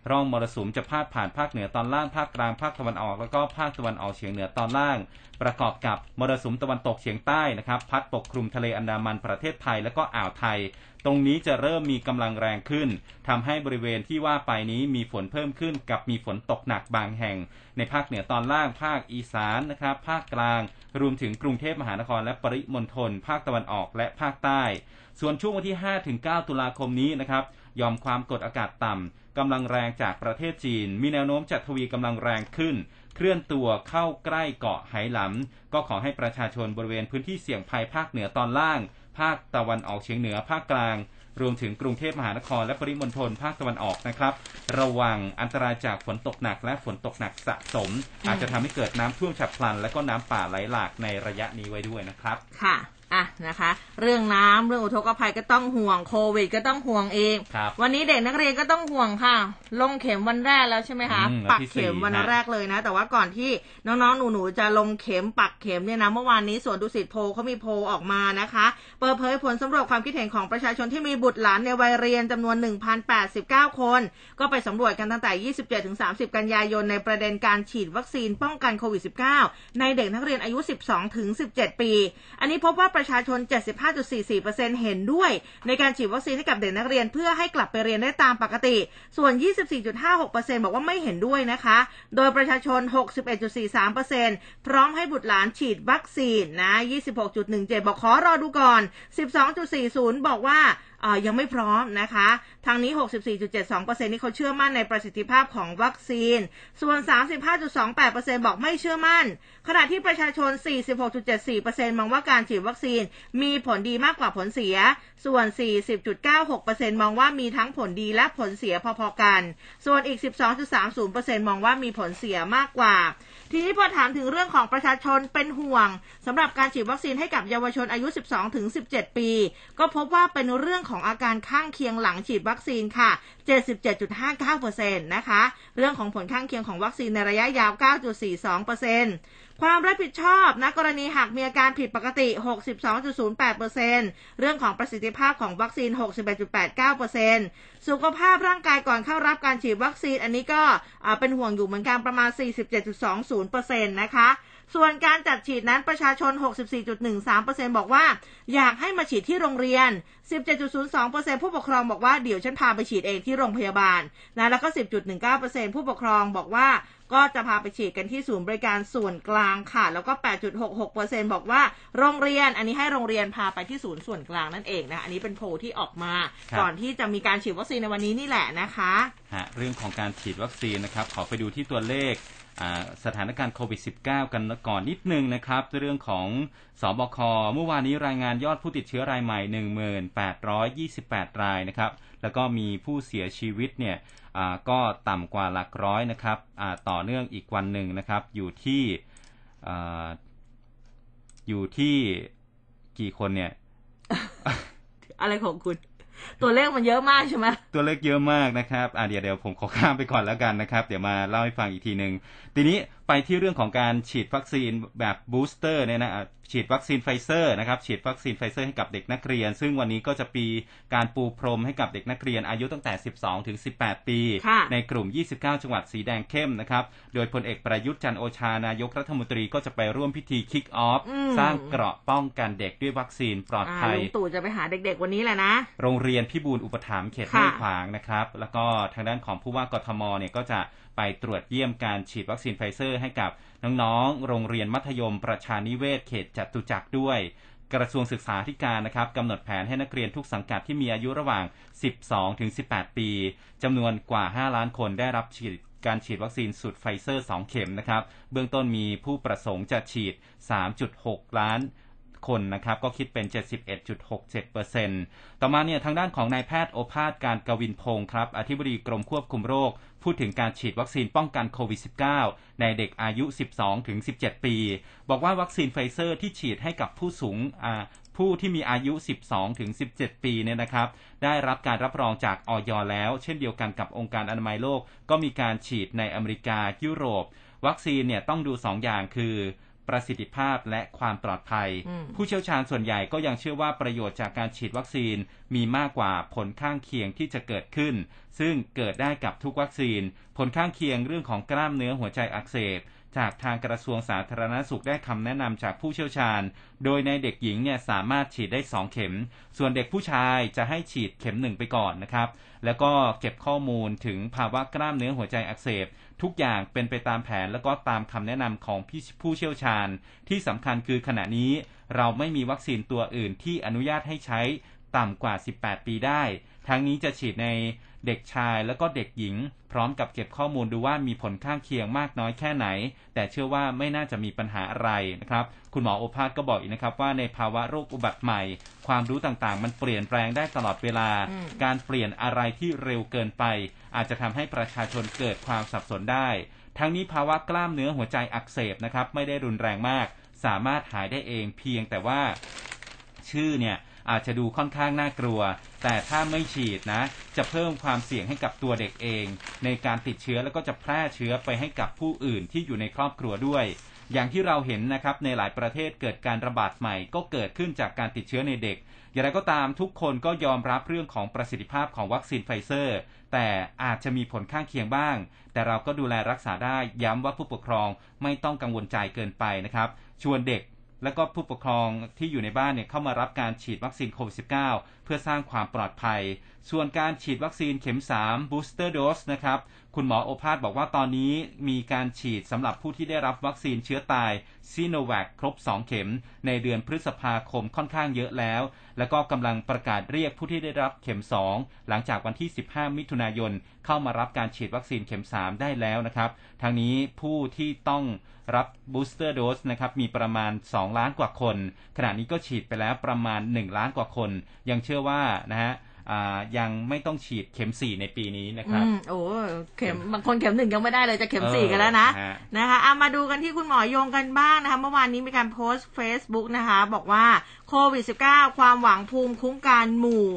[SPEAKER 3] ร่องมรสุมจะพาดผ่านภาคเหนือตอนล่างภาคกลางภาคตะวันออกแล้วก็ภาคตะวันออกเฉียงเหนือตอนล่างประกอบกับมรสุมตะวันตกเฉียงใต้นะครับพัดปกคลุมทะเลอันดามันประเทศไทยและก็อ่าวไทยตรงนี้จะเริ่มมีกำลังแรงขึ้นทำให้บริเวณที่ว่าไปนี้มีฝนเพิ่มขึ้นกับมีฝนตกหนักบางแห่งในภาคเหนือตอนล่างภาคอีสานนะครับภาคกลางรวมถึงกรุงเทพมหานครและปริมณฑลภาคตะวันออกและภาคใต้ส่วนช่วงวันที่ 5-9 ตุลาคมนี้นะครับยอมความกดอากาศต่ำกำลังแรงจากประเทศจีนมีแนวโน้มจะทวีกำลังแรงขึ้นเคลื่อนตัวเข้าใกล้เกาะไหหลำก็ขอให้ประชาชนบริเวณพื้นที่เสี่ยงภัยภาคเหนือตอนล่างภาคตะวันออกเฉียงเหนือภาคกลางรวมถึงกรุงเทพมหานครและปริมณฑลภาคตะวันออกนะครับระวังอันตรายจากฝนตกหนักและฝนตกหนักสะสมอาจจะทำให้เกิดน้ำท่วมฉับพลันและก็น้ำป่าไหลหลากในระยะนี้ไว้ด้วยนะครับ
[SPEAKER 2] ค่ะนะคะเรื่องน้ำเรื่องอุทกภัยก็ต้องห่วงโควิดก็ต้องห่วงเองวันนี้เด็กนักเรียนก็ต้องห่วงค่ะลงเข็มวันแรกแล้วใช่ไหมคะปักเข็มวันแรกเลยนะแต่ว่าก่อนที่น้องๆหนูๆจะลงเข็มปักเข็มเนี่ยนะเมื่อวานนี้สวนดุสิตโพเขามีโพออกมานะคะเปิดเผยผลสำรวจความคิดเห็นของประชาชนที่มีบุตรหลานในวัยเรียนจำนวน 1,089 คนก็ไปสำรวจกันตั้งแต่ 27-30 กันยายนในประเด็นการฉีดวัคซีนป้องกันโควิด -19 ในเด็กนักเรียนอายุ 12-17 ปีอันนี้พบว่าประชาชน 75.44% เห็นด้วยในการฉีดวัคซีนให้กับเด็กนักเรียนเพื่อให้กลับไปเรียนได้ตามปกติส่วน 24.56% บอกว่าไม่เห็นด้วยนะคะโดยประชาชน 61.43% พร้อมให้บุตรหลานฉีดวัคซีนนะ 26.17 บอกขอรอดูก่อน 12.40 บอกว่ายังไม่พร้อมนะคะทางนี้ 64.72% นี่เขาเชื่อมั่นในประสิทธิภาพของวัคซีนส่วน 35.28% บอกไม่เชื่อมั่นขณะที่ประชาชน 46.74% มองว่าการฉีดวัคซีนมีผลดีมากกว่าผลเสียส่วน 40.96% มองว่ามีทั้งผลดีและผลเสียพอๆกันส่วนอีก 12.30% มองว่ามีผลเสียมากกว่าทีนี้พอถามถึงเรื่องของประชาชนเป็นห่วงสำหรับการฉีดวัคซีนให้กับเยาวชนอายุ 12-17 ปีก็พบว่าเป็นเรื่องของอาการข้างเคียงหลังฉีดวัคซีนค่ะ 77.59% นะคะเรื่องของผลข้างเคียงของวัคซีนในระยะยาว 9.42% ความรับผิดชอบณกรณีหากมีอาการผิดปกติ 62.08% เรื่องของประสิทธิภาพของวัคซีน 61.89% สุขภาพร่างกายก่อนเข้ารับการฉีดวัคซีนอันนี้ก็เป็นห่วงอยู่เหมือนกันประมาณ 47.20% นะคะส่วนการจัดฉีดนั้นประชาชน 64.13% บอกว่าอยากให้มาฉีดที่โรงเรียน 17.02% ผู้ปกครองบอกว่าเดี๋ยวฉันพาไปฉีดเองที่โรงพยาบาลนะแล้วก็ 10.19% ผู้ปกครองบอกว่าก็จะพาไปฉีดกันที่ศูนย์บริการส่วนกลางค่ะแล้วก็ 8.66% บอกว่าโรงเรียนอันนี้ให้โรงเรียนพาไปที่ศูนย์ส่วนกลางนั่นเองนะอันนี้เป็นโพลที่ออกมาก่อนที่จะมีการฉีดวัคซีนในวันนี้นี่แหละนะคะ
[SPEAKER 3] เรื่องของการฉีดวัคซีนนะครับขอไปดูที่ตัวเลขสถานการณ์โควิด -19 กันก่อนนิดนึงนะครับเรื่องของสบคเมื่อวานนี้รายงานยอดผู้ติดเชื้อรายใหม่ 1828 รายนะครับแล้วก็มีผู้เสียชีวิตเนี่ยก็ต่ำกว่าหลักร้อยนะครับต่อเนื่องอีกวันหนึ่งนะครับอยู่ที่กี่คนเนี่ย
[SPEAKER 2] อะไรของคุณตัวเลขมันเยอะมากใช่ไหม
[SPEAKER 3] ตัวเลขเยอะมากนะครับเดี๋ยวผมขอข้ามไปก่อนแล้วกันนะครับเดี๋ยวมาเล่าให้ฟังอีกทีนึงทีนี้ไปที่เรื่องของการฉีดวัคซีนแบบบูสเตอร์เนี่ยนะฉีดวัคซีนไฟเซอร์นะครับฉีดวัคซีนไฟเซอร์ให้กับเด็กนักเรียนซึ่งวันนี้ก็จะมีการปูพรมให้กับเด็กนักเรียนอายุตั้งแต่ 12-18 ปีในกลุ่ม 29 จังหวัดสีแดงเข้มนะครับโดยพลเอกประยุทธ์จันทร์โอชานายกรัฐมนตรีก็จะไปร่วมพิธีคิกออฟสร้างเกราะป้องกันเด็กด้วยวัคซีนปลอดภัย
[SPEAKER 2] ลุงตู่จะไปหาเด็กๆวันนี้แหละนะ
[SPEAKER 3] โรงเรียนพิบูลอุปถัมภ์เขตห้วยขวางนะครับแล้วก็ทางด้านของผู้ว่ากทมเนี่ยก็จะไปตรวจเยี่ยมการฉีดวัคซีนไฟเซอร์ให้กับน้องๆโรงเรียนมัธยมประชานิเวศเขตจตุจักรด้วยกระทรวงศึกษาธิการนะครับกำหนดแผนให้นักเรียนทุกสังกัดที่มีอายุระหว่าง 12-18 ปีจำนวนกว่า 5 ล้านคนได้รับการฉีดวัคซีนสูตรไฟเซอร์ 2 เข็มนะครับเบื้องต้นมีผู้ประสงค์จะฉีด 3.6 ล้านคนนะครับก็คิดเป็น 71.67% ต่อมาเนี่ยทางด้านของนายแพทย์โอภาสการกวินพงศ์ครับอธิบดีกรมควบคุมโรคพูดถึงการฉีดวัคซีนป้องกันโควิด -19 ในเด็กอายุ 12-17 ปีบอกว่าวัคซีนไฟเซอร์ที่ฉีดให้กับผู้ที่มีอายุ 12-17 ปีเนี่ยนะครับได้รับการรับรองจากอย.แล้วเช่นเดียวกันกับองค์การอนามัยโลกก็มีการฉีดในอเมริกายุโรปวัคซีนเนี่ยต้องดู2 อย่างคือประสิทธิภาพและความปลอดภัยผู้เชี่ยวชาญส่วนใหญ่ก็ยังเชื่อว่าประโยชน์จากการฉีดวัคซีนมีมากกว่าผลข้างเคียงที่จะเกิดขึ้นซึ่งเกิดได้กับทุกวัคซีนผลข้างเคียงเรื่องของกล้ามเนื้อหัวใจอักเสบจากทางกระทรวงสาธารณสุขได้คำแนะนำจากผู้เชี่ยวชาญโดยในเด็กหญิงเนี่ยสามารถฉีดได้2เข็มส่วนเด็กผู้ชายจะให้ฉีดเข็ม1ไปก่อนนะครับแล้วก็เก็บข้อมูลถึงภาวะกล้ามเนื้อหัวใจอักเสบทุกอย่างเป็นไปตามแผนแล้วก็ตามคำแนะนำของผู้เชี่ยวชาญที่สำคัญคือขณะนี้เราไม่มีวัคซีนตัวอื่นที่อนุญาตให้ใช้ต่ำกว่า18ปีได้ทั้งนี้จะฉีดในเด็กชายแล้วก็เด็กหญิงพร้อมกับเก็บข้อมูลดูว่ามีผลข้างเคียงมากน้อยแค่ไหนแต่เชื่อว่าไม่น่าจะมีปัญหาอะไรนะครับคุณหมอโอภาสก็บอกอีกนะครับว่าในภาวะโรคอุบัติใหม่ความรู้ต่างๆมันเปลี่ยนแปลงได้ตลอดเวลาการเปลี่ยนอะไรที่เร็วเกินไปอาจจะทำให้ประชาชนเกิดความสับสนได้ทั้งนี้ภาวะกล้ามเนื้อหัวใจอักเสบนะครับไม่ได้รุนแรงมากสามารถหายได้เองเพียงแต่ว่าชื่อเนี่ยอาจจะดูค่อนข้างน่ากลัวแต่ถ้าไม่ฉีดนะจะเพิ่มความเสี่ยงให้กับตัวเด็กเองในการติดเชื้อแล้วก็จะแพร่เชื้อไปให้กับผู้อื่นที่อยู่ในครอบครัวด้วยอย่างที่เราเห็นนะครับในหลายประเทศเกิดการระบาดใหม่ก็เกิดขึ้นจากการติดเชื้อในเด็กอย่างไรก็ตามทุกคนก็ยอมรับเรื่องของประสิทธิภาพของวัคซีนไฟเซอร์แต่อาจจะมีผลข้างเคียงบ้างแต่เราก็ดูแลรักษาได้ย้ำว่าผู้ปกครองไม่ต้องกังวลใจเกินไปนะครับชวนเด็กแล้วก็ผู้ปกครองที่อยู่ในบ้านเนี่ยเข้ามารับการฉีดวัคซีนโควิด -19 เพื่อสร้างความปลอดภัยส่วนการฉีดวัคซีนเข็ม3 booster dose นะครับคุณหมอโอภาสบอกว่าตอนนี้มีการฉีดสำหรับผู้ที่ได้รับวัคซีนเชื้อตายซีโนแวคครบ2เข็มในเดือนพฤษภาคมค่อนข้างเยอะแล้วแล้วก็กำลังประกาศเรียกผู้ที่ได้รับเข็ม2หลังจากวันที่15มิถุนายนเข้ามารับการฉีดวัคซีนเข็ม3ได้แล้วนะครับทางนี้ผู้ที่ต้องรับบูสเตอร์โดสนะครับมีประมาณ2ล้านกว่าคนขณะนี้ก็ฉีดไปแล้วประมาณ1ล้านกว่าคนยังเชื่อว่านะฮะยังไม่ต้องฉีดเข็ม4ในปีนี้นะครับ
[SPEAKER 2] โอ้เข็มบางคนเข็ม1ยังไม่ได้เลยจะเข็ม4กันแล้วนะนะคะมาดูกันที่คุณหมอยงกันบ้างนะคะเมื่อวานนี้มีการโพสต์ Facebook นะคะบอกว่าโควิด -19 ความหวังภูมิคุ้มกันหมู่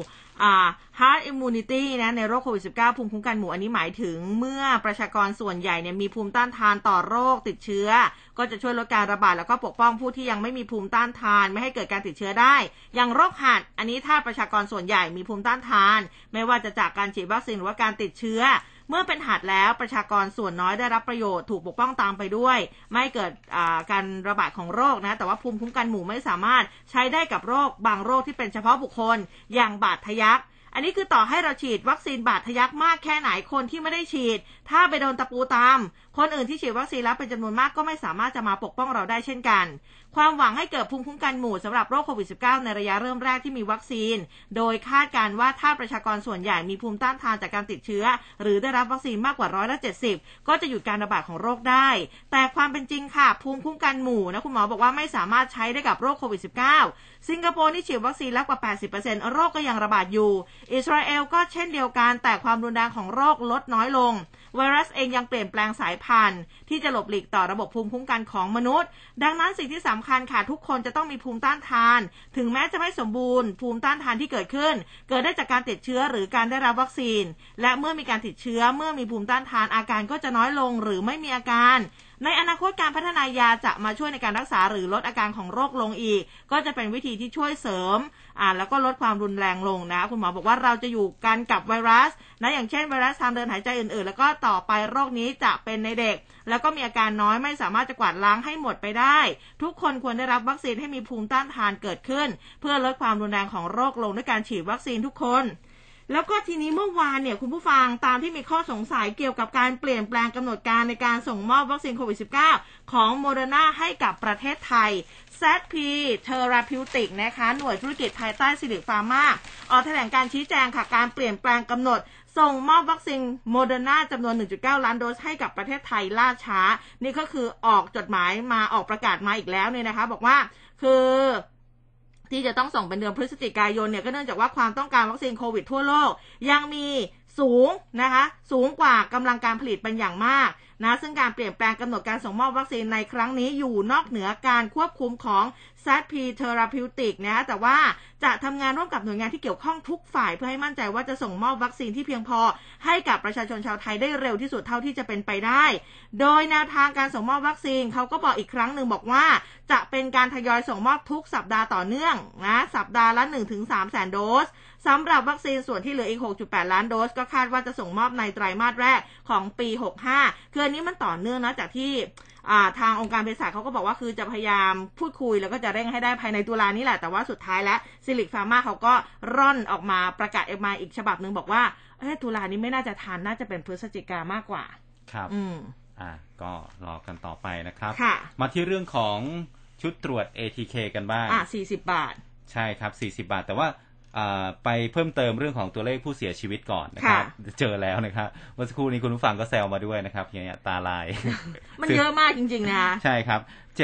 [SPEAKER 2] herd immunity นะในโรคโควิด -19 ภูมิคุ้มกันหมู่อันนี้หมายถึงเมื่อประชากรส่วนใหญ่เนี่ยมีภูมิต้านทานต่อโรคติดเชื้อก็จะช่วยลดการระบาดแล้วก็ปกป้องผู้ที่ยังไม่มีภูมิต้านทานไม่ให้เกิดการติดเชื้อได้อย่างโรคหัดอันนี้ถ้าประชากรส่วนใหญ่มีภูมิต้านทานไม่ว่าจะจากการฉีดวัคซีนหรือว่าการติดเชื้อเมื่อเป็นหัดแล้วประชากรส่วนน้อยได้รับประโยชน์ถูกปกป้องตามไปด้วยไม่เกิดการระบาดของโรคนะแต่ว่าภูมิคุ้มกันหมู่ไม่สามารถใช้ได้กับโรคบางโรคที่เป็นเฉพาะบุคคลอย่างบาดทะยักอันนี้คือต่อให้เราฉีดวัคซีนบาดทะยักมากแค่ไหนคนที่ไม่ได้ฉีดถ้าไปโดนตะปูตามคนอื่นที่ฉีดวัคซีนแล้วเป็นจำนวนมากก็ไม่สามารถจะมาปกป้องเราได้เช่นกันความหวังให้เกิดภูมิคุ้มกันหมู่สำหรับโรคโควิด -19 ในระยะเริ่มแรกที่มีวัคซีนโดยคาดการณ์ว่าถ้าประชากรส่วนใหญ่มีภูมิต้านทานจากการติดเชื้อหรือได้รับวัคซีนมากกว่า170%ก็จะหยุดการระบาดของโรคได้แต่ความเป็นจริงค่ะภูมิคุ้มกันหมู่นะคุณหมอบอกว่าไม่สามารถใช้ได้กับโรคโควิด -19 สิงคโปร์นี่ฉีดวัคซีนแล้วกว่า 80% โรคก็ยังระบาดอยู่อิสราเอลก็เช่นเดียวกันแต่ความรุนแรงของโรคลดน้อยลงไวรัสเองยังเปลี่ยนแปลงสายพันธุ์ที่จะหลบหลีกต่อระบบภูมิคุ้มกันของมนุษย์ดังนั้นสิ่งที่สำคัญค่ะทุกคนจะต้องมีภูมิต้านทานถึงแม้จะไม่สมบูรณ์ภูมิต้านทานที่เกิดขึ้นเกิดได้จากการติดเชื้อหรือการได้รับวัคซีนและเมื่อมีการติดเชื้อเมื่อมีภูมิต้านทานอาการก็จะน้อยลงหรือไม่มีอาการในอนาคตการพัฒนายาจะมาช่วยในการรักษาหรือลดอาการของโรคลงอีกก็จะเป็นวิธีที่ช่วยเสริมแล้วก็ลดความรุนแรงลงนะคุณหมอบอกว่าเราจะอยู่กันกับไวรัสนะอย่างเช่นไวรัสทางเดินหายใจอื่นๆแล้วก็ต่อไปโรคนี้จะเป็นในเด็กแล้วก็มีอาการน้อยไม่สามารถจะกวาดล้างให้หมดไปได้ทุกคนควรได้รับวัคซีนให้มีภูมิต้านทานเกิดขึ้นเพื่อลดความรุนแรงของโรคลงด้วยการฉีดวัคซีนทุกคนแล้วก็ทีนี้เมื่อวานเนี่ยคุณผู้ฟังตามที่มีข้อสงสัยเกี่ยวกับการเปลี่ยนแปลงกำหนดการในการส่งมอบวัคซีนโควิด -19 ของโมเดอร์นาให้กับประเทศไทย ZP Therapeutics นะคะหน่วยธุรกิจภายใต้สิริฟาร์มาออกแถลงการชี้แจงค่ะการเปลี่ยนแปลงกำหนดส่งมอบวัคซีนโมเดอร์นาจำนวน 1.9 ล้านโดสให้กับประเทศไทยล่าช้านี่ก็คือออกจดหมายมาออกประกาศมาอีกแล้วเนี่ยนะคะบอกว่าคือที่จะต้องส่งเป็นเดือนพฤศจิกายนเนี่ยก็เนื่องจากว่าความต้องการวัคซีนโควิดทั่วโลกยังมีสูงนะคะสูงกว่ากำลังการผลิตเป็นอย่างมากนะซึ่งการเปลี่ยนแปลงกำหนดการส่งมอบวัคซีนในครั้งนี้อยู่นอกเหนือการควบคุมของ ZP Therapeutics นะแต่ว่าจะทำงานร่วมกับหน่วยงานที่เกี่ยวข้องทุกฝ่ายเพื่อให้มั่นใจว่าจะส่งมอบวัคซีนที่เพียงพอให้กับประชาชนชาวไทยได้เร็วที่สุดเท่าที่จะเป็นไปได้โดยแนวทางการส่งมอบวัคซีนเขาก็บอกอีกครั้งหนึ่งบอกว่าจะเป็นการทยอยส่งมอบทุกสัปดาห์ต่อเนื่องนะสัปดาห์ละ 1-3 แสนโดสสำหรับวัคซีนส่วนที่เหลืออีก 6.8 ล้านโดสก็คาดว่าจะส่งมอบในไตรมาสแรกของปี 65คืออันนี้มันต่อเนื่องนะจากที่ทางองค์การเภสัชเขาก็บอกว่าคือจะพยายามพูดคุยแล้วก็จะเร่งให้ได้ภายในตุลานี้แหละแต่ว่าสุดท้ายแล้วซิลิคฟาร์มาเขาก็ร่อนออกมาประกาศออกมาอีกฉบับนึงบอกว่าตุลานี้ไม่น่าจะทันน่าจะเป็นพฤศจิกามากกว่า
[SPEAKER 3] ครับก็รอกันต่อไปนะครับ
[SPEAKER 2] มา
[SPEAKER 3] ที่เรื่องของชุดตรวจ ATK กันบ้าง
[SPEAKER 2] 40 บาท
[SPEAKER 3] ใช่ครับ40 บาทแต่ว่าไปเพิ่มเติมเรื่องของตัวเลขผู้เสียชีวิตก่อนนะครับเจอแล้วนะครับเมื่อสักครู่นี้คุณผู้ฟังก็แซวมาด้วยนะครับอย่างตาลาย
[SPEAKER 2] มันเยอะมากจริงๆนะ
[SPEAKER 3] ใช่ครับ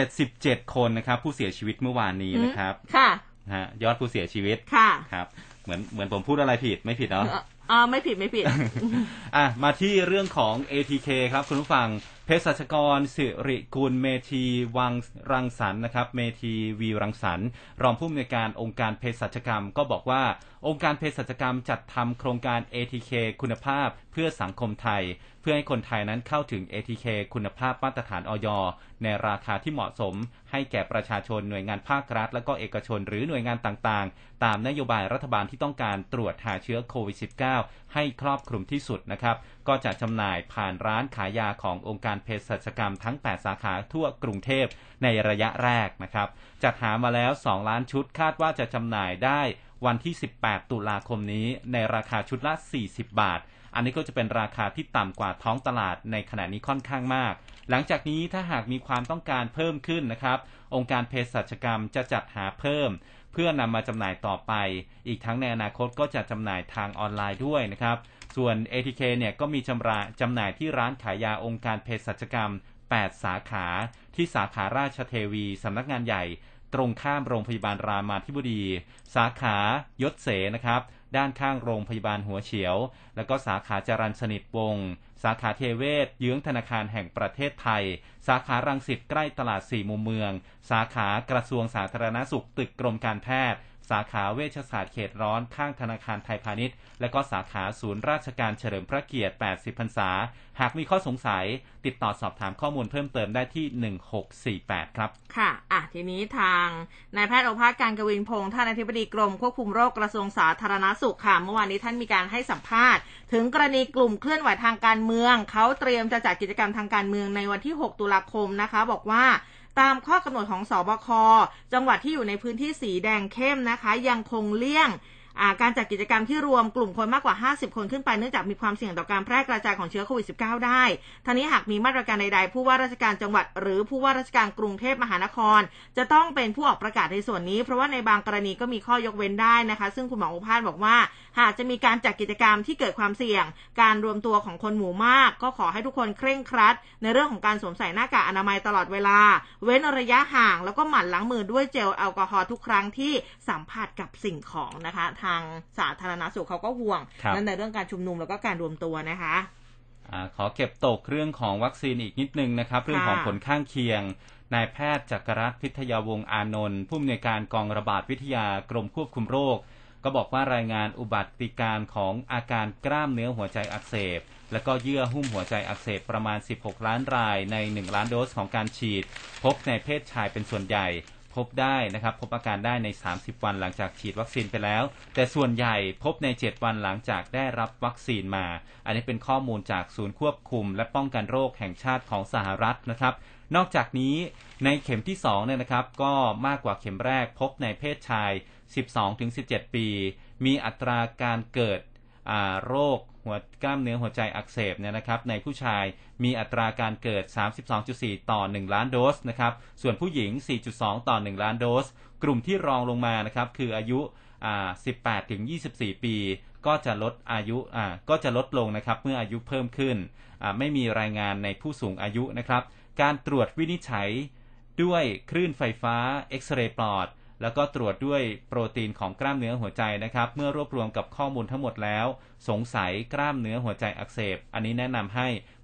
[SPEAKER 3] 77 คนนะครับผู้เสียชีวิตเมื่อวานนี้นะครับ
[SPEAKER 2] ค่ะ
[SPEAKER 3] ยอดผู้เสียชีวิตครับเหมือนผมพูดอะไรผิดไม่ผิดเนาะ
[SPEAKER 2] ไม่ผิด
[SPEAKER 3] มาที่เรื่องของ ATK ครับคุณผู้ฟังเภสัชกรสิริกุลเมธีวังรังสรรค์นะครับเมธีวีรังสรรค์รองผู้อำนวยการองค์การเภสัชกรรมก็บอกว่าองค์การเภสัชกรรมจัดทำโครงการ ATK คุณภาพเพื่อสังคมไทยเพื่อให้คนไทยนั้นเข้าถึง ATK คุณภาพมาตรฐานอย.ในราคาที่เหมาะสมให้แก่ประชาชนหน่วยงานภาครัฐและก็เอกชนหรือหน่วยงานต่างๆตามนโยบายรัฐบาลที่ต้องการตรวจหาเชื้อโควิด -19 ให้ครอบคลุมที่สุดนะครับก็จะจำหน่ายผ่านร้านขายยาขององค์การเภสัชกรรมทั้ง8สาขาทั่วกรุงเทพในระยะแรกนะครับจัดหามาแล้ว2 ล้านชุดคาดว่าจะจำหน่ายได้วันที่18 ตุลาคมนี้ในราคาชุดละ40 บาทอันนี้ก็จะเป็นราคาที่ต่ำกว่าท้องตลาดในขณะนี้ค่อนข้างมากหลังจากนี้ถ้าหากมีความต้องการเพิ่มขึ้นนะครับองค์การเภสัชกรรมจะจัดหาเพิ่มเพื่อนำมาจำหน่ายต่อไปอีกทั้งในอนาคตก็จะจำหน่ายทางออนไลน์ด้วยนะครับส่วน ATK เนี่ยก็มีจำหน่ายที่ร้านขายยาองค์การเภสัชกรรม8สาขาที่สาขาราชเทวีสำนักงานใหญ่ตรงข้ามโรงพยาบาลรามาธิบดีสาขายศเสนะครับด้านข้างโรงพยาบาลหัวเฉียวแล้วก็สาขาจรัญสนิทวงศ์สาขาเทเวศเยื้องธนาคารแห่งประเทศไทยสาขารังสิตใกล้ตลาด4 มุมเมืองสาขากระทรวงสาธารณสุขตึกกรมการแพทย์สาขาเวชศาสตร์เขตร้อนข้างธนาคารไทยพาณิชย์และก็สาขาศูนย์ราชการเฉลิมพระเกียรติ80 พรรษาหากมีข้อสงสัยติดต่อสอบถามข้อมูลเพิ่มเติมได้ที่1648ครับ
[SPEAKER 2] ค่ะทีนี้ทางนายแพทย์โอภาสการกวินพงษ์ท่านอธิบดีกรมควบคุมโรคกระทรวงสาธารณสุขค่ะเมื่อวานนี้ท่านมีการให้สัมภาษณ์ถึงกรณีกลุ่มเคลื่อนไหวทางการเมืองเขาเตรียมจะจัดกิจกรรมทางการเมืองในวันที่6 ตุลาคมนะคะบอกว่าตามข้อกำหนดของสบคจังหวัดที่อยู่ในพื้นที่สีแดงเข้มนะคะยังคงเลี่ยงการจัดกิจกรรมที่รวมกลุ่มคนมากกว่า50 คนขึ้นไปเนื่องจากมีความเสี่ยงต่อการแพร่กระจายของเชื้อโควิด -19 ได้ทั้งนี้หากมีมาตรการใดๆผู้ว่าราชการจังหวัดหรือผู้ว่าราชการกรุงเทพมหานครจะต้องเป็นผู้ออกประกาศในส่วนนี้เพราะว่าในบางกรณีก็มีข้อยกเว้นได้นะคะซึ่งคุณหมอโอภาสบอกว่าหากจะมีการจัดกิจกรรมที่เกิดความเสี่ยงการรวมตัวของคนหมู่มากก็ขอให้ทุกคนเคร่งครัดในเรื่องของการสวมใส่หน้ากากอนามัยตลอดเวลาเว้นระยะห่างแล้วก็หมั่นล้างมือด้วยเจลแอลกอฮอล์ทุกครั้งที่สัมผัสกับสิ่งของนะคะทางสาธารณสุขเขาก็ห่วงนั่นในเรื่องการชุมนุมแล้วก็การรวมตัวนะคะ
[SPEAKER 3] ขอเก็บตกเรื่องของวัคซีนอีกนิดนึงนะครับเรื่องของผลข้างเคียงนายแพทย์จักรรัตน์พิทยาวงศ์อานนท์ผู้อำนวยการกองระบาดวิทยากรมควบคุมโรคก็บอกว่ารายงานอุบัติการของอาการกล้ามเนื้อหัวใจอักเสบและก็เยื่อหุ้มหัวใจอักเสบประมาณ16 ล้านรายใน1 ล้านโดสของการฉีดพบในเพศชายเป็นส่วนใหญ่พบได้นะครับพบอาการได้ใน30 วันหลังจากฉีดวัคซีนไปแล้วแต่ส่วนใหญ่พบใน7 วันหลังจากได้รับวัคซีนมาอันนี้เป็นข้อมูลจากศูนย์ควบคุมและป้องกันโรคแห่งชาติของสหรัฐนะครับนอกจากนี้ในเข็มที่2เนี่ยนะครับก็มากกว่าเข็มแรกพบในเพศชาย 12-17 ปีมีอัตราการเกิดโรคกล้ามเนื้อหัวใจอักเสบเนี่ยนะครับในผู้ชายมีอัตราการเกิด 32.4 ต่อ 1 ล้านโดสนะครับส่วนผู้หญิง 4.2 ต่อ 1 ล้านโดสกลุ่มที่รองลงมานะครับคืออายุ18-24 ปีก็จะลดลงนะครับเมื่ออายุเพิ่มขึ้นไม่มีรายงานในผู้สูงอายุนะครับการตรวจวินิจฉัยด้วยคลื่นไฟฟ้าเอ็กซเรย์ปอดแล้วก็ตรวจด้วยโปรตีนของกล้ามเนื้อหัวใจนะครับเมื่อรวบรวมกับข้อมูลทั้งหมดแล้วสงสัยกล้ามเนื้อหัวใจอักเสบอันนี้แนะนำให้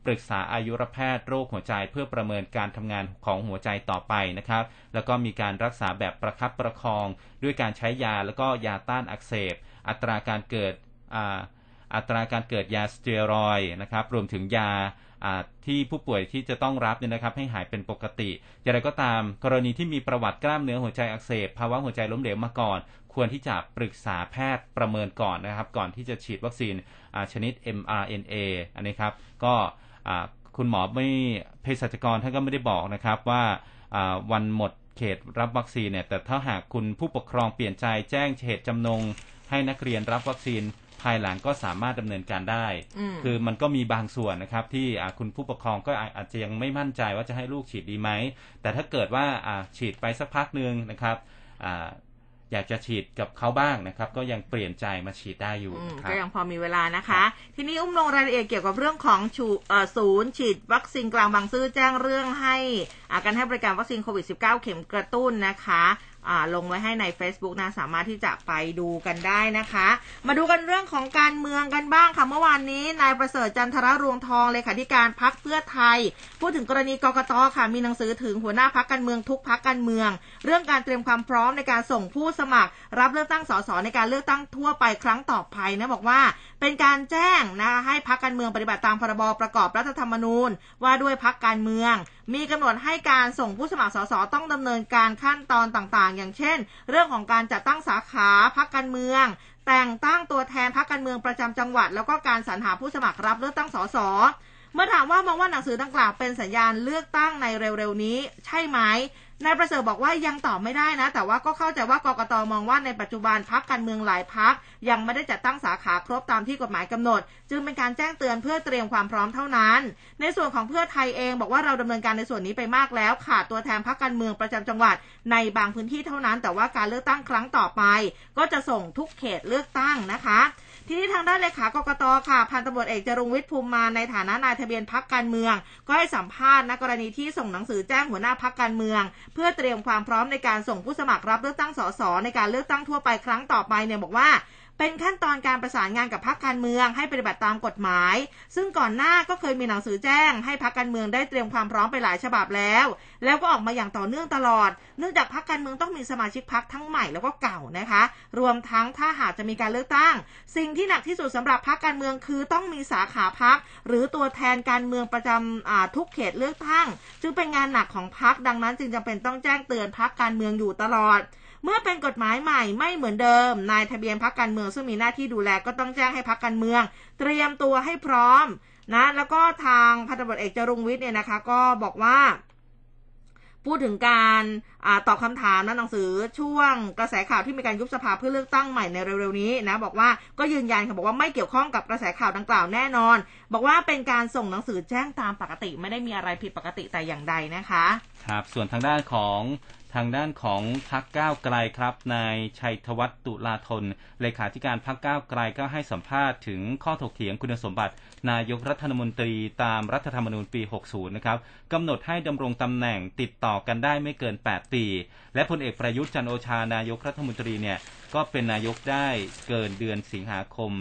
[SPEAKER 3] ปรึกษาอายุรแพทย์โรคหัวใจเพื่อประเมินการทำงานของหัวใจต่อไปนะครับแล้วก็มีการรักษาแบบประคับประคองด้วยการใช้ยาแล้วก็ยาต้านอักเสบอัตราการเกิดยาสเตียรอยด์นะครับรวมถึงยาที่ผู้ป่วยที่จะต้องรับเนี่ยนะครับให้หายเป็นปกติอย่างไรก็ตามกรณีที่มีประวัติกล้ามเนื้อหัวใจอักเสบภาวะหัวใจล้มเหลวมาก่อนควรที่จะปรึกษาแพทย์ประเมินก่อนนะครับก่อนที่จะฉีดวัคซีนชนิด mRNA อันนี้ครับก็คุณหมอเภสัชกรท่านก็ไม่ได้บอกนะครับว่าวันหมดเขตรับวัคซีนเนี่ยแต่ถ้าหากคุณผู้ปกครองเปลี่ยนใจแจ้งเหตุจำนงให้นักเรียนรับวัคซีนภายหลังก็สามารถดำเนินการได้คือมันก็มีบางส่วนนะครับที่คุณผู้ปกครองก็อาจจะยังไม่มั่นใจว่าจะให้ลูกฉีดดีไหมแต่ถ้าเกิดว่าฉีดไปสักพักนึงนะครับอยากจะฉีดกับเขาบ้างนะครับก็ยังเปลี่ยนใจมาฉีดได้อยู่
[SPEAKER 2] ก็ยังพอมีเวลานะคะทีนี้ลงรายละเอียดเกี่ยวกับเรื่องของศูนย์ฉีดวัคซีนกลางบางซื่อแจ้งเรื่องให้การให้บริการวัคซีนโควิด -19 เข็มกระตุ้นนะคะลงไว้ให้ใน Facebook นะสามารถที่จะไปดูกันได้นะคะมาดูกันเรื่องของการเมืองกันบ้างค่ะเมื่อวานนี้นายประเสริฐจันทรรวงทองเลขาธิการพรรคเพื่อไทยพูดถึงกรณีกกต.ค่ะมีหนังสือถึงหัวหน้าพรรคการเมืองทุกพรรคการเมืองเรื่องการเตรียมความพร้อมในการส่งผู้สมัครรับเลือกตั้งสสในการเลือกตั้งทั่วไปครั้งต่อไปนะบอกว่าเป็นการแจ้งนะคะให้พรรคการเมืองปฏิบัติตามพรบประกอบรัฐธรรมนูญว่าด้วยพรรคการเมืองมีกำหนดให้การส่งผู้สมัครสสต้องดำเนินการขั้นตอนต่างๆอย่างเช่นเรื่องของการจัดตั้งสาขาพรรคการเมืองแต่งตั้งตัวแทนพรรคการเมืองประจำจังหวัดแล้วก็การสรรหาผู้สมัครรับเลือกตั้งสสเมื่อถามว่ามองว่าหนังสือดังกล่าวเป็นสัญญาณเลือกตั้งในเร็วๆนี้ใช่ไหมนายประเสริฐบอกว่ายังตอบไม่ได้นะแต่ว่าก็เข้าใจว่ากกต.มองว่าในปัจจุบันพรรคการเมืองหลายพรรคยังไม่ได้จัดตั้งสาขาครบตามที่กฎหมายกำหนดจึงเป็นการแจ้งเตือนเพื่อเตรียมความพร้อมเท่านั้นในส่วนของเพื่อไทยเองบอกว่าเราดำเนินการในส่วนนี้ไปมากแล้วขาดตัวแทนพรรคการเมืองประจำจังหวัดในบางพื้นที่เท่านั้นแต่ว่าการเลือกตั้งครั้งต่อไปก็จะส่งทุกเขตเลือกตั้งนะคะทีนี้ทางด้านเลขากกต.ค่ะพันตำรวจเอกจรุงวิทย์ภูมิมาในฐานะนายทะเบียนพรรคการเมืองก็ให้สัมภาษณ์ณกรณีที่ส่งหนังสือแจ้งหัวหน้าพรรคการเมืองเพื่อเตรียมความพร้อมในการส่งผู้สมัครรับเลือกตั้งสสในการเลือกตั้งทั่วไปครั้งต่อไปเนี่ยบอกว่าเป็นขั้นตอนการประสานงานกับพรรคการเมืองให้ปฏิบัติตามกฎหมายซึ่งก่อนหน้าก็เคยมีหนังสือแจ้งให้พรรคการเมืองได้เตรียมความพร้อมไปหลายฉบับแล้วก็ออกมาอย่างต่อเนื่องตลอดเนื่องจากพรรคการเมืองต้องมีสมาชิกพรรคทั้งใหม่แล้วก็เก่านะคะรวมทั้งถ้าหากจะมีการเลือกตั้งสิ่งที่หนักที่สุดสำหรับพรรคการเมืองคือต้องมีสาขาพรรคหรือตัวแทนการเมืองประจำทุกเขตเลือกตั้งจึงเป็นงานหนักของพรรคดังนั้นจึงจำเป็นต้องแจ้งเตือนพรรคการเมืองอยู่ตลอดเมื่อเป็นกฎหมายใหม่ไม่เหมือนเดิมนายทะเบียนพรรคการเมืองซึ่งมีหน้าที่ดูแลก็ต้องแจ้งให้พรรคการเมืองเตรียมตัวให้พร้อมนะแล้วก็ทางพันตำรวจเอกจรุงวิทย์เนี่ยนะคะก็บอกว่าพูดถึงการตอบคำถามหนังสือช่วงกระแสข่าวที่มีการยุบสภาเพื่อเลือกตั้งใหม่ในเร็วๆนี้นะบอกว่าก็ยืนยันค่ะบอกว่าไม่เกี่ยวข้องกับกระแสข่าวดังกล่าวแน่นอนบอกว่าเป็นการส่งหนังสือแจ้งตามปกติไม่ได้มีอะไรผิดปกติแต่อย่างใดนะคะ
[SPEAKER 3] ครับส่วนทางด้านของพรรคก้าวไกลครับนายชัยธวัฒน์ตุลาธนเลขาธิการพรรคก้าวไกลก็ให้สัมภาษณ์ถึงข้อถกเถียงคุณสมบัตินายกรัฐมนตรีตามรัฐธรรมนูญปี 60 นะครับกำหนดให้ดำรงตำแหน่งติดต่อกันได้ไม่เกิน 8 ปีและพลเอกประยุทธ์จันทร์โอชานายกรัฐมนตรีเนี่ยก็เป็นนายกได้เกินเดือนสิงหาคม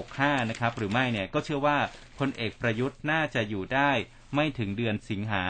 [SPEAKER 3] 65 นะครับหรือไม่เนี่ยก็เชื่อว่าพลเอกประยุทธ์น่าจะอยู่ได้ไม่ถึงเดือนสิงหา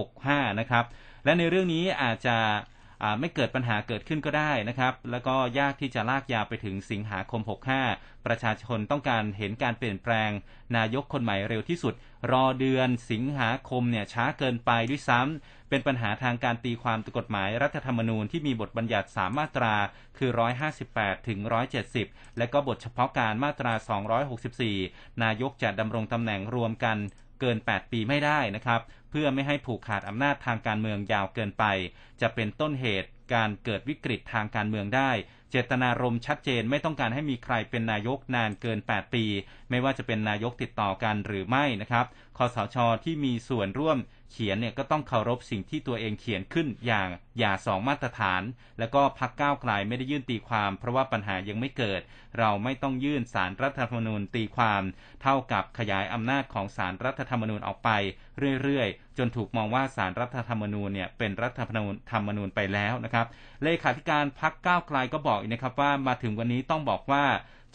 [SPEAKER 3] 65 นะครับและในเรื่องนี้อาจจะไม่เกิดปัญหาเกิดขึ้นก็ได้นะครับแล้วก็ยากที่จะลากยาวไปถึงสิงหาคม 65 ประชาชนต้องการเห็นการเปลี่ยนแปลงนายกคนใหม่เร็วที่สุดรอเดือนสิงหาคมเนี่ยช้าเกินไปด้วยซ้ำเป็นปัญหาทางการตีความกฎหมายรัฐธรรมนูญที่มีบทบัญญัติ3มาตราคือ158ถึง170และก็บทเฉพาะการมาตรา264นายกจะดำรงตำแหน่งรวมกันเกิน 8 ปีไม่ได้นะครับเพื่อไม่ให้ผูกขาดอำนาจทางการเมืองยาวเกินไปจะเป็นต้นเหตุการเกิดวิกฤตทางการเมืองได้เจตนารมณ์ชัดเจนไม่ต้องการให้มีใครเป็นนายกนานเกิน 8 ปีไม่ว่าจะเป็นนายกติดต่อกันหรือไม่นะครับคสช.ที่มีส่วนร่วมเขียนเนี่ยก็ต้องเคารพสิ่งที่ตัวเองเขียนขึ้นอย่างอย่าสองมาตรฐานแล้วก็พรรคก้าวไกลไม่ได้ยื่นตีความเพราะว่าปัญหายังไม่เกิดเราไม่ต้องยื่นศาลรัฐธรรมนูญตีความเท่ากับขยายอำนาจของศาลรัฐธรรมนูญออกไปเรื่อยๆจนถูกมองว่าศาลรัฐธรรมนูญเนี่ยเป็นรัฐธรรมนูญไปแล้วนะครับเลขาธิการพรรคก้าวไกลก็บอกอีกนะครับว่ามาถึงวันนี้ต้องบอกว่าจ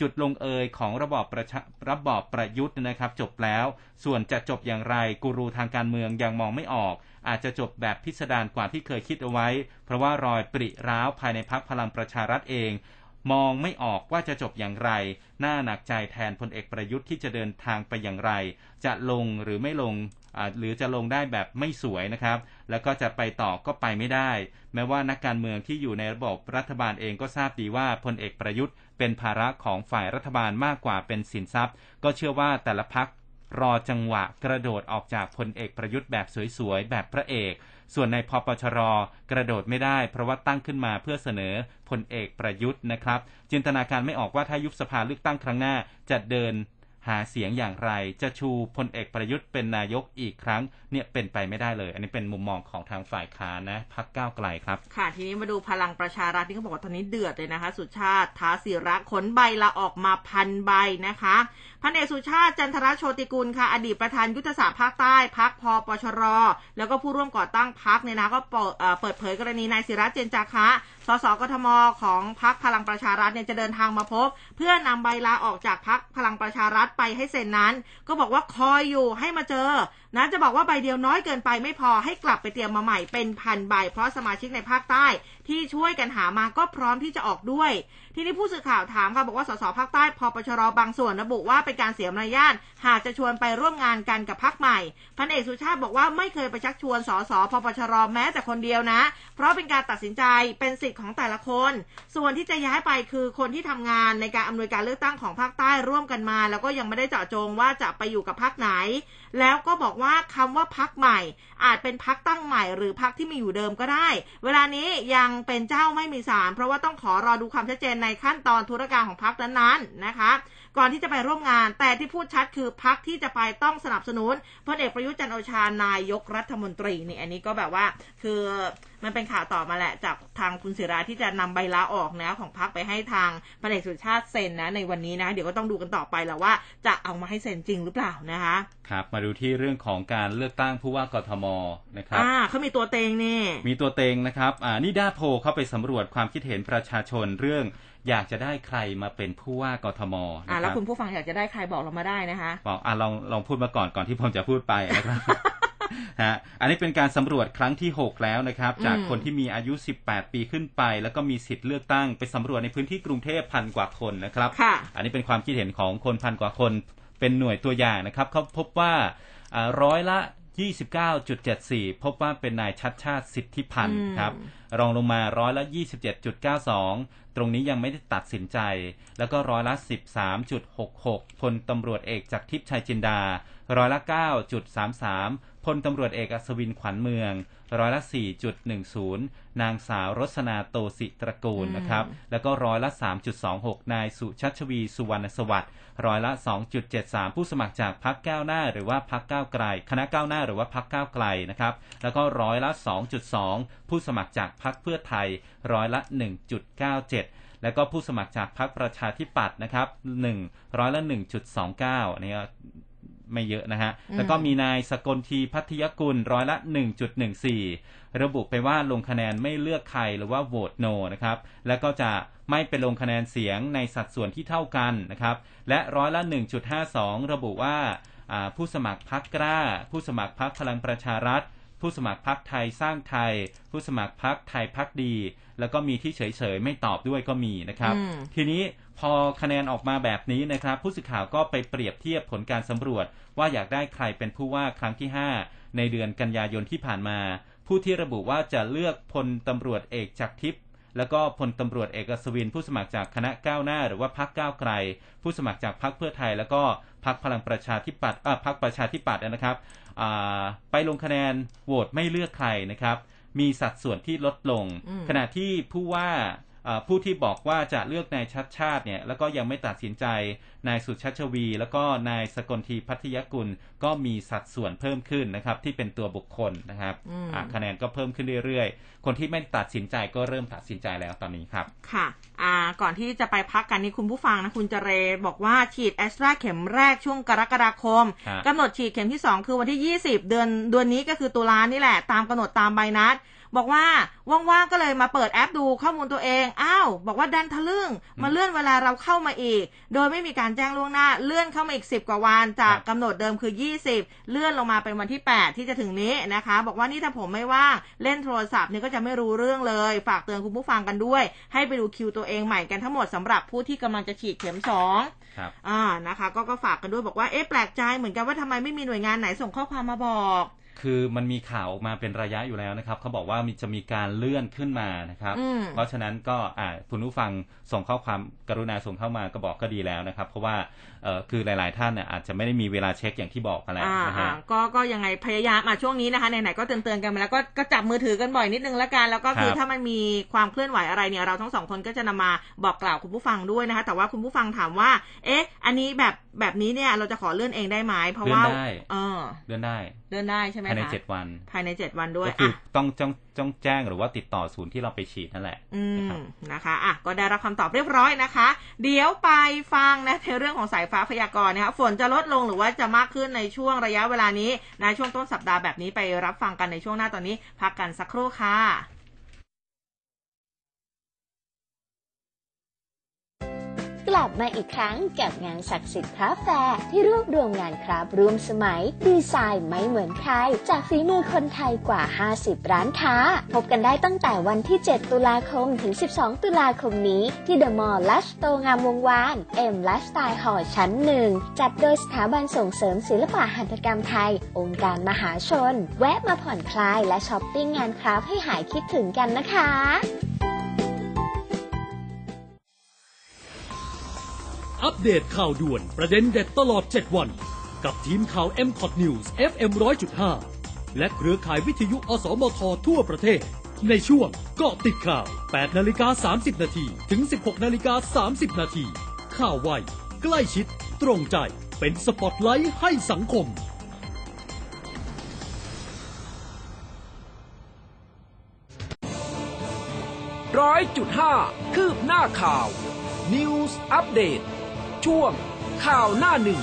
[SPEAKER 3] จุดลงเอยของระบอบประยุทธ์นะครับจบแล้วส่วนจะจบอย่างไรกูรูทางการเมืองยังมองไม่ออกอาจจะจบแบบพิสดารกว่าที่เคยคิดเอาไว้เพราะว่ารอยปริร้าวภายในพรรคพลังประชารัฐเองมองไม่ออกว่าจะจบอย่างไรน่าหนักใจแทนพลเอกประยุทธ์ที่จะเดินทางไปอย่างไรจะลงหรือไม่ลงหรือจะลงได้แบบไม่สวยนะครับแล้วก็จะไปต่อก็ไปไม่ได้แม้ว่านักการเมืองที่อยู่ในระบบรัฐบาลเองก็ทราบดีว่าพลเอกประยุทธ์เป็นภาระของฝ่ายรัฐบาลมากกว่าเป็นสินทรัพย์ก็เชื่อว่าแต่ละพรรครอจังหวะกระโดดออกจากพลเอกประยุทธ์แบบสวยๆแบบพระเอกส่วนในพปชร.กระโดดไม่ได้เพราะว่าตั้งขึ้นมาเพื่อเสนอพลเอกประยุทธ์นะครับจินตนาการไม่ออกว่าถ้ายุบสภาเลือกตั้งครั้งหน้าจะเดินหาเสียงอย่างไรจะชูพลเอกประยุทธ์เป็นนายกอีกครั้งเนี่ยเป็นไปไม่ได้เลยอันนี้เป็นมุมมองของทางฝ่ายค้านนะพรรคก้าวไกลครับ
[SPEAKER 2] ค่ะทีนี้มาดูพลังประชารัฐที่เขาบอกว่าตอนนี้เดือดเลยนะคะสุชาติท้าศิระขนใบลาออกมา1,000 ใบนะคะพันเอกสุชาติจันทรโชติกุลค่ะอดีตประธานยุทธศาสตร์ภาคใต้พรรคพปชร.แล้วก็ผู้ร่วมก่อตั้งพรรคเนี่ยนะก็เปิดเผยกรณีนายศิระเจนจาคะสสกทมของพรรคพลังประชารัฐเนี่ยจะเดินทางมาพบเพื่อนำใบลาออกจากพรรคพลังประชารัฐไปให้เซ็นนั้นก็บอกว่าคอยอยู่ให้มาเจอนะจะบอกว่าใบเดียวน้อยเกินไปไม่พอให้กลับไปเตรียมมาใหม่เป็น1,000 ใบเพราะสมาชิกในภาคใต้ที่ช่วยกันหามาก็พร้อมที่จะออกด้วยทีนี้ผู้สื่อข่าวถามค่ะบอกว่าสสภาคใต้พปชร.บางส่วนระบุว่าเป็นการเสียมารยาทหากจะชวนไปร่วมงานกันกับพรรคใหม่พันเอกสุชาติบอกว่าไม่เคยไปชักชวนสสพปชร.แม้แต่คนเดียวนะเพราะเป็นการตัดสินใจเป็นสิทธิ์ของแต่ละคนส่วนที่จะย้ายไปคือคนที่ทำงานในการอำนวยการเลือกตั้งของภาคใต้ร่วมกันมาแล้วก็ยังไม่ได้เจาะจงว่าจะไปอยู่กับพรรคไหนแล้วก็บอกว่าคำว่าพรรคใหม่อาจเป็นพรรคตั้งใหม่หรือพรรคที่มีอยู่เดิมก็ได้เวลานี้ยังเป็นเจ้าไม่มีศาลเพราะว่าต้องขอรอดูความชัดเจนในขั้นตอนธุรการของพรรคนั้นๆนะคะก่อนที่จะไปร่วมงานแต่ที่พูดชัดคือพรรคที่จะไปต้องสนับสนุนพลเอกประยุทธ์จันทร์โอชานายกรัฐมนตรีนี่อันนี้ก็แบบว่าคือมันเป็นข่าวต่อมาแหละจากทางคุณศิระที่จะนำใบลาออกนะของพรรคไปให้ทางพลเอกสุชาติเซ็นนะในวันนี้นะเดี๋ยวก็ต้องดูกันต่อไปแล้วว่าจะเอามาให้เซ็นจริงหรือเปล่านะคะ
[SPEAKER 3] ครับมาดูที่เรื่องของการเลือกตั้งผู้ว่ากทมนะครับ
[SPEAKER 2] เขามีตัวเต็งนี่
[SPEAKER 3] มีตัวเต็งนะครับนิด้าโพลเข้าไปสำรวจความคิดเห็นประชาชนเรื่องอยากจะได้ใครมาเป็นผู้ว่ากทมนะครับ
[SPEAKER 2] แล้วคุณผู้ฟังอยากจะได้ใครบอกเรามาได้นะคะ
[SPEAKER 3] บอกลองพูดมาก่อนที่ผมจะพูดไปนะครับอันนี้เป็นการสำรวจครั้งที่6แล้วนะครับจากคนที่มีอายุ18 ปีขึ้นไปแล้วก็มีสิทธิ์เลือกตั้งไปสำรวจในพื้นที่กรุงเทพ1,000 กว่าคนนะครับอันนี้เป็นความคิดเห็นของคน1,000 กว่าคนเป็นหน่วยตัวอย่างนะครับเขาพบว่าร้อยละ 29.74 พบว่าเป็นนายชัชชาติสิทธิพันธ์ครับรองลงมาร้อยละ 27.92 ตรงนี้ยังไม่ได้ตัดสินใจแล้วก็ร้อยละ 13.66 พลตำรวจเอกจากทิพย์ชัยจินดาร้อยละ 9.33 พลตำรวจเอกอัศวินขวัญเมืองร้อยละ 4.10 นางสาวรสนาโตศิตระกูลนะครับแล้วก็ร้อยละ 3.26 นายสุชัชวีสุวรรณสวัสดิ์ร้อยละ 2.73 ผู้สมัครจากพรรคก้าวหน้าหรือว่าพรรคก้าวไกลคณะก้าวหน้าหรือว่าพรรคก้าวไกลนะครับแล้วก็ร้อยละ 2.2 ผู้สมัครจากพรรคเพื่อไทยร้อยละ 1.97 แล้วก็ผู้สมัครจากพรรคประชาธิปัตย์นะครับร้อยละ 1.29 นี่ไม่เยอะนะฮะแล้วก็มีนายสกลทีพัทยกุลร้อยละ 1.14 ระบุไปว่าลงคะแนนไม่เลือกใครหรือว่าโหวตโนนะครับแล้วก็จะไม่ไปลงคะแนนเสียงในสัดส่วนที่เท่ากันนะครับและร้อยละ 1.52 ระบุว่าผู้สมัครพรรคกล้าผู้สมัครพรรคพลังประชารัฐผู้สมัครพรรคไทยสร้างไทยผู้สมัครพรรคไทยพักดีแล้วก็มีที่เฉยๆไม่ตอบด้วยก็มีนะครับทีนี้พอคะแนนออกมาแบบนี้นะครับผู้สื่อข่าวก็ไปเปรียบเทียบผลการสำรวจว่าอยากได้ใครเป็นผู้ว่าครั้งที่5ในเดือนกันยายนที่ผ่านมาผู้ที่ระบุว่าจะเลือกพลตำรวจเอกจากทิพย์แล้วก็พลตำรวจเอกอัศวินผู้สมัครจากคณะก้าวหน้าหรือว่าพรรคก้าวไกลผู้สมัครจากพรรคเพื่อไทยแล้วก็พรรคพลังประชาธิปัตย์พรรคประชาธิปัตย์นะครับไปลงคะแนนโหวตไม่เลือกใครนะครับมีสัดส่วนที่ลดลงขณะที่ผู้ที่บอกว่าจะเลือกนายชัชชาติเนี่ยแล้วก็ยังไม่ตัดสินใจนายสุชัชวีแล้วก็นายสกลทีพัทยกุลก็มีสัดส่วนเพิ่มขึ้นนะครับที่เป็นตัวบุคคลนะครับคะแนนก็เพิ่มขึ้นเรื่อยๆคนที่ไม่ตัดสินใจก็เริ่มตัดสินใจแล้วตอนนี้ครับ
[SPEAKER 2] ค่ะก่อนที่จะไปพักกันนี่คุณผู้ฟังนะคุณเจเรบอกว่าฉีดแอสตราเข็มแรกช่วงกรกฎาคมกำหนดฉีดเข็มที่2คือวันที่20เดือนนี้ก็คือตุลานี่แหละตามกำหนดตามใบนัดบอกว่าว่างๆก็เลยมาเปิดแอปดูข้อมูลตัวเองอ้าวบอกว่าดันทะลึ่งมาเลื่อนเวลาเราเข้ามาอีกโดยไม่มีการแจ้งล่วงหน้าเลื่อนเข้ามาอีก10กว่าวันจากกำหนดเดิมคือ20เลื่อนลงมาเป็นวันที่8ที่จะถึงนี้นะคะบอกว่านี่ถ้าผมไม่ว่างเล่นโทรศัพท์นี่ก็จะไม่รู้เรื่องเลยฝากเตือนคุณผู้ฟังกันด้วยให้ไปดูคิวตัวเองใหม่กันทั้งหมดสำหรับผู้ที่กำลังจะฉีดเข็ม2
[SPEAKER 3] ครับ
[SPEAKER 2] นะคะก็ฝากกันด้วยบอกว่าแปลกใจเหมือนกันว่าทำไมไม่มีหน่วยงานไหนส่งข้อความมาบอก
[SPEAKER 3] คือมันมีข่าวออกมาเป็นระยะอยู่แล้วนะครับเขาบอกว่าจะมีการเลื่อนขึ้นมานะครับเพราะฉะนั้นก็คุณผู้ฟังส่งข้อความกรุณาส่งเข้ามาก็บอกก็ดีแล้วนะครับเพราะว่าคือหลายๆท่านอาจจะไม่ได้มีเวลาเช็คอย่างที่บอกกันแล้วนะฮะ
[SPEAKER 2] ก็ยังไงพยายามช่วงนี้นะคะไหนๆก็เตือนกันมาแล้วก็จับมือถือกันบ่อยนิดนึงละกันแล้วก็คือถ้ามันมีความเคลื่อนไหวอะไรเนี่ยเราทั้งสองคนก็จะนำมาบอกกล่าวคุณผู้ฟังด้วยนะคะแต่ว่าคุณผู้ฟังถามว่าอันนี้แบบนี้เนี่ยเราจะขอเลื่อนเองได้ไหมเพราะว่า
[SPEAKER 3] เลื่อนได้
[SPEAKER 2] ใช่ไหมคะ
[SPEAKER 3] ภายใน7 วัน
[SPEAKER 2] ภายใน7 วันด้วย
[SPEAKER 3] ก็คือต้องแจ้งหรือว่าติดต่อศูนย์ที่เราไปฉีดนั่นแหละ
[SPEAKER 2] นะคะก็ได้รับคำตอบเรียบร้อยนะคะเดี๋ยวไปฟังนะในเรื่องของสายฟ้าพยากรณ์นะคะฝนจะลดลงหรือว่าจะมากขึ้นในช่วงระยะเวลานี้ในช่วงต้นสัปดาห์แบบนี้ไปรับฟังกันในช่วงหน้าตอนนี้พักกันสักครู่ค่ะ
[SPEAKER 4] กลับมาอีกครั้งกับงานศักดิ์สิทธิ์คราฟต์แฟร์ที่รวบรวมงานคราฟต์ร่วมสมัยดีไซน์ไม่เหมือนใครจากฝีมือคนไทยกว่า50ร้านค้าพบกันได้ตั้งแต่วันที่7ตุลาคมถึง12ตุลาคมนี้ที่เดอะมอลล์ลัชโตงามวงวานไลฟ์สไตล์ฮอลล์ชั้น1จัดโดยสถาบันส่งเสริมศิลปะหัตถกรรมไทยองค์การมหาชนแวะมาผ่อนคลายและช้อปปิ้งงานคราฟต์ให้หายคิดถึงกันนะคะ
[SPEAKER 5] อัปเดตข่าวด่วนประเด็นเด็ดตลอด7วันกับทีมข่าว MCOT News FM 100.5 และเครือข่ายวิทยุอสมททั่วประเทศในช่วงเกาะติดข่าว 8:30 น.ถึง 16:30 น.ข่าวไวใกล้ชิดตรงใจเป็นสปอตไลท์ให้สังคม
[SPEAKER 1] 100.5 คืบหน้าข่าว News Updateช่วงข่าวหน้าหนึ่ง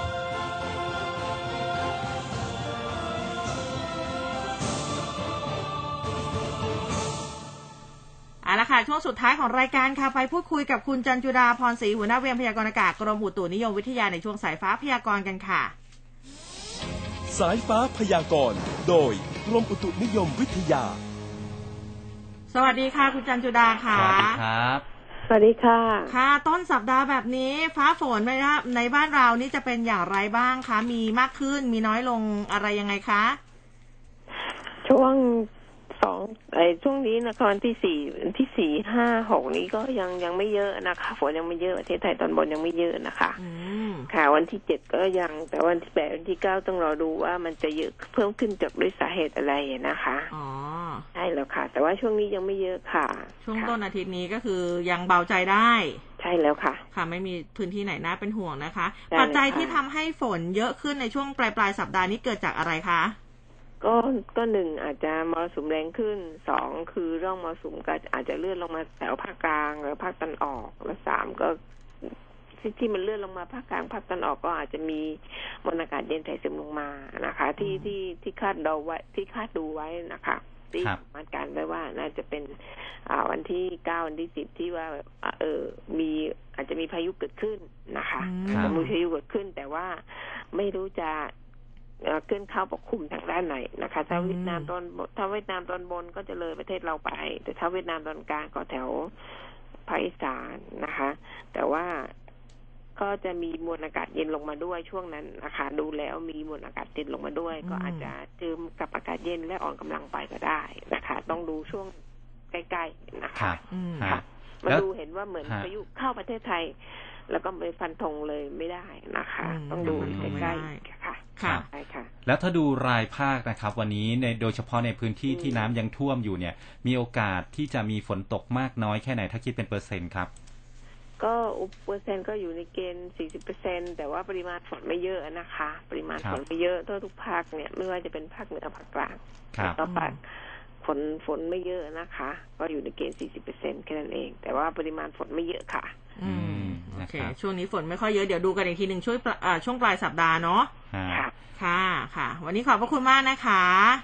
[SPEAKER 2] เอาละค่ะช่วงสุดท้ายของรายการค่ะไปพูดคุยกับคุณจันจุดาพรศรีหัวหน้าเวรพยากรณ์อากาศกรมอุตุนิยมวิทยาในช่วงสายฟ้าพยากรณ์กันค่ะ
[SPEAKER 6] สายฟ้าพยากรณ์โดยกรมอุตุนิยมวิทยา
[SPEAKER 2] สวัสดีค่ะคุณจันจุดาค่ะ
[SPEAKER 3] สวัสดีครับ
[SPEAKER 7] สวัสดีค่ะ
[SPEAKER 2] ค่ะต้นสัปดาห์แบบนี้ฟ้าฝนในบ้านเรานี่จะเป็นอย่างไรบ้างคะมีมากขึ้นมีน้อยลงอะไรยังไงคะ
[SPEAKER 7] ช่วงช่วงนี้นะคะวันที่4 5 6นี้ก็ยังไม่เยอะนะคะฝนยังไม่เยอะประเทศไทยตอนบนยังไม่เยอะนะคะค่ะวันที่7ก็ยังแต่วันที่8วันที่9ต้องรอดูว่ามันจะเยอะเพิ่มขึ้นจากด้วยสาเหตุอะไรนะคะใช่แล้วค่ะแต่ว่าช่วงนี้ยังไม่เยอะค่ะ
[SPEAKER 2] ช่วงต้นอาทิตย์นี้ก็คือยังเบาใจได้
[SPEAKER 7] ใช่แล้วค่ะ
[SPEAKER 2] ค่ะไม่มีพื้นที่ไหนน่าเป็นห่วงนะคะปัจจัยที่ทำให้ฝนเยอะขึ้นในช่วงปลายสัปดาห์นี้เกิดจากอะไรคะ
[SPEAKER 7] ก็1อาจจะมรสุมแรงขึ้น2คือร่องมรสุมก็อาจจะเลื่อนลงมาแถวภาคกลางหรือภาคตะวันออกและ3ก็ที่มันเลื่อนลงมาภาคกลางภาคตะวันออกก็อาจจะมีมวลอากาศเย็นแผ่ซึมลงมานะคะที่คาดเดาไว้ที่คาดดูไว้นะคะที่คาดการไว้ว่าน่าจะเป็นวันที่9วันที่10ที่ว่ามีอาจจะมีพายุเกิดขึ้นนะคะจะมีพายุเกิดขึ้นแต่ว่าไม่รู้จะเคลื่อนเข้าปกคลุมทางด้านไหนนะคะถ้าเวียดนามตอนบนก็จะเลยประเทศเราไปแต่ถ้าเวียดนามตอนกลางก็แถวภาคอีสานนะคะแต่ว่าก็จะมีมวลอากาศเย็นลงมาด้วยช่วงนั้นนะคะดูแล้วมีมวลอากาศเย็นลงมาด้วยก็อาจจะเจอกับอากาศเย็นและอ่อนกำลังไปก็ได้นะคะต้องดูช่วงใกล้ๆนะคะมาดูเห็นว่าเหมือนพายุเข้าประเทศไทยแล้วก็ไปฟันธงเลยไม่ได้นะคะต้องดูใกล้ๆค่ะใช่ค่ะ
[SPEAKER 3] แล้วถ้าดูรายภาคนะครับวันนี้โดยเฉพาะในพื้นที่ที่น้ำยังท่วมอยู่เนี่ยมีโอกาสที่จะมีฝนตกมากน้อยแค่ไหนถ้าคิดเป็นเปอร์เซ็นต์ครับ
[SPEAKER 7] ก็เปอร์เซ็นต์ก็อยู่ในเกณฑ์ 40% แต่ว่าปริมาณฝนไม่เยอะนะคะปริมาณฝนไม่เยอะทั่วทุกภาคเนี่ยไม่ว่าจะเป็นภาคเหนือภาคกลางแล้วก็ภาคฝนไม่เยอะนะคะก็อยู่ในเกณฑ์ 40% แค่นั้นเองแต่ว่าปริมาณฝนไม่เยอะค่ะ
[SPEAKER 2] โอเคช่วงนี้ฝนไม่ค่อยเยอะเดี๋ยวดูกันอีกทีนึงช่วงปลายสัปดาห์เนาะค่ะวันนี้ขอบพระคุณมากนะคะ
[SPEAKER 7] สวัสดีค่ะ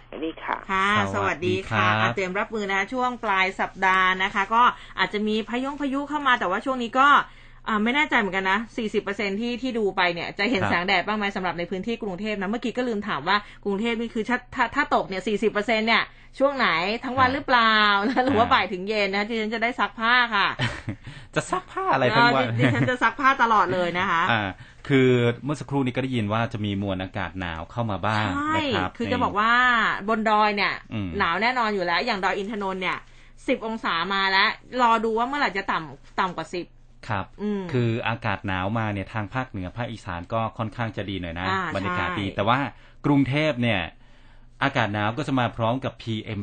[SPEAKER 7] ค่ะ
[SPEAKER 2] ค่ะสวัสดีค่ะเตรียมรับมือนะคะช่วงปลายสัปดาห์นะคะก็อาจจะมีพายุเข้ามาแต่ว่าช่วงนี้ก็ไม่แน่ใจเหมือนกันนะ 40% ที่ดูไปเนี่ยจะเห็นแสงแดดบ้างไหมสำหรับในพื้นที่กรุงเทพนะเมื่อกี้ก็ลืมถามว่ากรุงเทพนี่คือถ้าตกเนี่ย 40% เนี่ยช่วงไหนทั้งวันหรือเปล่าหรือว่าบ่ายถึงเย็นนะที่ฉันจะได้ซักผ้าค่ะ
[SPEAKER 3] จะซักผ้าอะไรทั้งวัน
[SPEAKER 2] ดิฉันจะซักผ้าตลอดเลยนะคะ
[SPEAKER 3] คือเมื่อสักครู่นี้ก็ได้ยินว่าจะมีมวลอากาศหนาวเข้ามาบ้างนะครับ
[SPEAKER 2] คือจะบอกว่าบนดอยเนี่ยหนาวแน่นอนอยู่แล้วอย่างดอยอินทนนท์เนี่ย10 องศามาแล้วรอดูว่าเมื่อไหร่จะต่ำกว่า10
[SPEAKER 3] ครับคืออากาศหนาวมาเนี่ยทางภาคเหนือภาคอีสานก็ค่อนข้างจะดีหน่อยนะบรรยากาศดีแต่ว่ากรุงเทพเนี่ยอากาศหนาวก็จะมาพร้อมกับ PM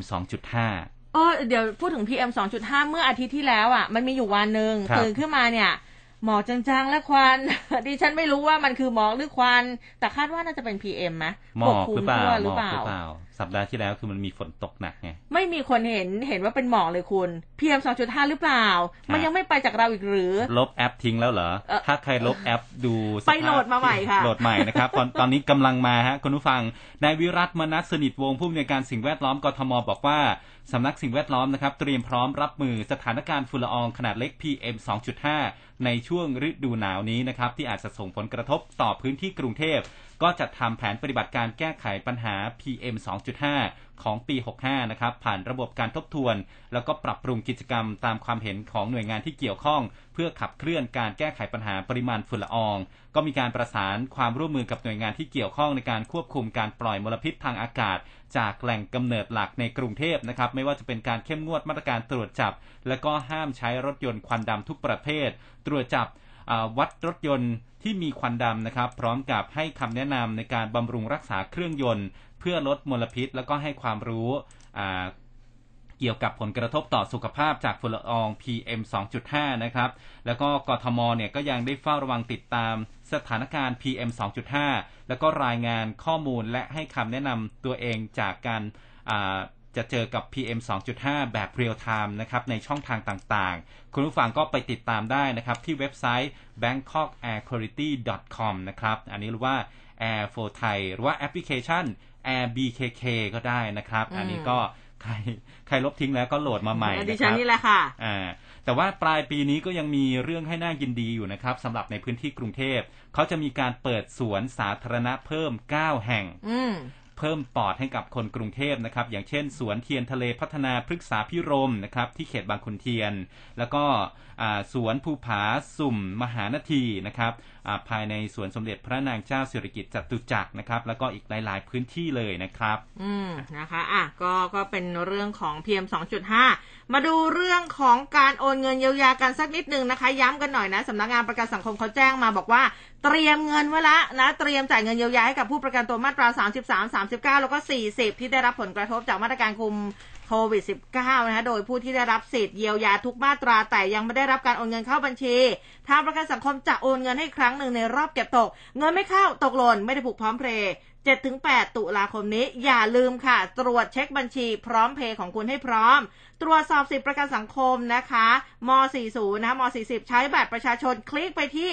[SPEAKER 3] 2.5
[SPEAKER 2] เดี๋ยวพูดถึง PM 2.5 เมื่ออาทิตย์ที่แล้วมันมีอยู่วันนึงตื่นขึ้นมาเนี่ยหมอกจางๆและควัน ดิฉันไม่รู้ว่ามันคือหมอกหรือควันแต่คาดว่าน่าจะเป็น PM ไหม
[SPEAKER 3] หมอกหรือเปล่าสัปดาห์ที่แล้วคือมันมีฝนตกหนักไง
[SPEAKER 2] ไม่มีคนเห็นว่าเป็นหมอกเลยคุณ PM 2.5 หรือเปล่ามันยังไม่ไปจากเราอีกหรือ
[SPEAKER 3] ลบแอปทิ้งแล้วเหรอถ้าใครลบแอปดู
[SPEAKER 2] ไปโหลดมาใหม่ค่ะ
[SPEAKER 3] โหลดใหม่นะครับ ตอนนี้กำลังมาฮะคุณผู้ฟังนายวิรัตมนัสสนิทวงศ์ผู้อำนวยการสิ่งแวดล้อมกทมบอกว่าสำนักสิ่งแวดล้อมนะครับเตรียมพร้อมรับมือสถานการณ์ฝุ่นละอองขนาดเล็ก PM 2.5 ในช่วงฤดูหนาวนี้นะครับที่อาจจะส่งผลกระทบต่อพื้นที่กรุงเทพก็จัดทำแผนปฏิบัติการแก้ไขปัญหา PM 2.5 ของปี 65 นะครับผ่านระบบการทบทวนแล้วก็ปรับปรุงกิจกรรมตามความเห็นของหน่วยงานที่เกี่ยวข้องเพื่อขับเคลื่อนการแก้ไขปัญหาปริมาณฝุ่นละอองก็มีการประสานความร่วมมือกับหน่วยงานที่เกี่ยวข้องในการควบคุมการปล่อยมลพิษทางอากาศจากแหล่งกำเนิดหลักในกรุงเทพนะครับไม่ว่าจะเป็นการเข้มงวดมาตรการตรวจจับและก็ห้ามใช้รถยนต์ควันดำทุกประเภทตรวจจับวัดรถยนต์ที่มีควันดำนะครับพร้อมกับให้คำแนะนำในการบำรุงรักษาเครื่องยนต์เพื่อลดมลพิษแล้วก็ให้ความรู้เกี่ยวกับผลกระทบต่อสุขภาพจากฝุ่นละออง PM 2.5 นะครับแล้วก็กทมเนี่ยก็ยังได้เฝ้าระวังติดตามสถานการณ์ PM 2.5 แล้วก็รายงานข้อมูลและให้คำแนะนำตัวเองจากการจะเจอกับ PM 2.5 แบบเรียลไทม์นะครับในช่องทางต่างๆคุณผู้ฟังก็ไปติดตามได้นะครับที่เว็บไซต์ bangkokairquality.com นะครับอันนี้หรือว่า Air for Thai หรือว่าแอปพลิเคชัน Air BKK ก็ได้นะครับอันนี้ก็ใครลบทิ้งแล้วก็โหลดมาใหม่
[SPEAKER 2] ดิฉันนี่แหละค่ะ
[SPEAKER 3] แต่ว่าปลายปีนี้ก็ยังมีเรื่องให้น่ายินดีอยู่นะครับสำหรับในพื้นที่กรุงเทพเขาจะมีการเปิดสวนสาธารณะเพิ่ม9แห่งเพิ่มปอดให้กับคนกรุงเทพนะครับอย่างเช่นสวนเทียนทะเลพัฒนาพฤกษาพิรมย์นะครับที่เขตบางขุนเทียนแล้วก็สวนภูผาสุ่มมหานาทีนะครับภายในสวนสมเด็จพระนางเจ้าสิริกิติ์จตุจักรนะครับแล้วก็อีกหลายๆพื้นที่เลยนะครับ
[SPEAKER 2] นะคะก็เป็นเรื่องของ PM 2.5 มาดูเรื่องของการโอนเงินเยียวยากันสักนิดนึงนะคะย้ำกันหน่อยนะสำนักงานประกันสังคมเขาแจ้งมาบอกว่าเตรียมเงินไว้ละนะเตรียมจ่ายเงินเยียวยาให้กับผู้ประกันตัวมาตรา33 39แล้วก็40ที่ได้รับผลกระทบจากมาตรการคุมโควิด -19 นะคะโดยผู้ที่ได้รับสิทธิ์เยียวยาทุกมาตราแต่ยังไม่ได้รับการโอนเงินเข้าบัญชีทางประกันสังคมจะโอนเงินให้ครั้งหนึ่งในรอบเก็บตกเงินไม่เข้าตกหล่นไม่ได้ผูกพร้อมเพย์7-8 ตุลาคมนี้อย่าลืมค่ะตรวจเช็คบัญชีพร้อมเพย์ของคุณให้พร้อมตรวจสอบสิทธิประกันสังคมนะคะม.40 นะคะม.40 ใช้บัตรประชาชนคลิกไปที่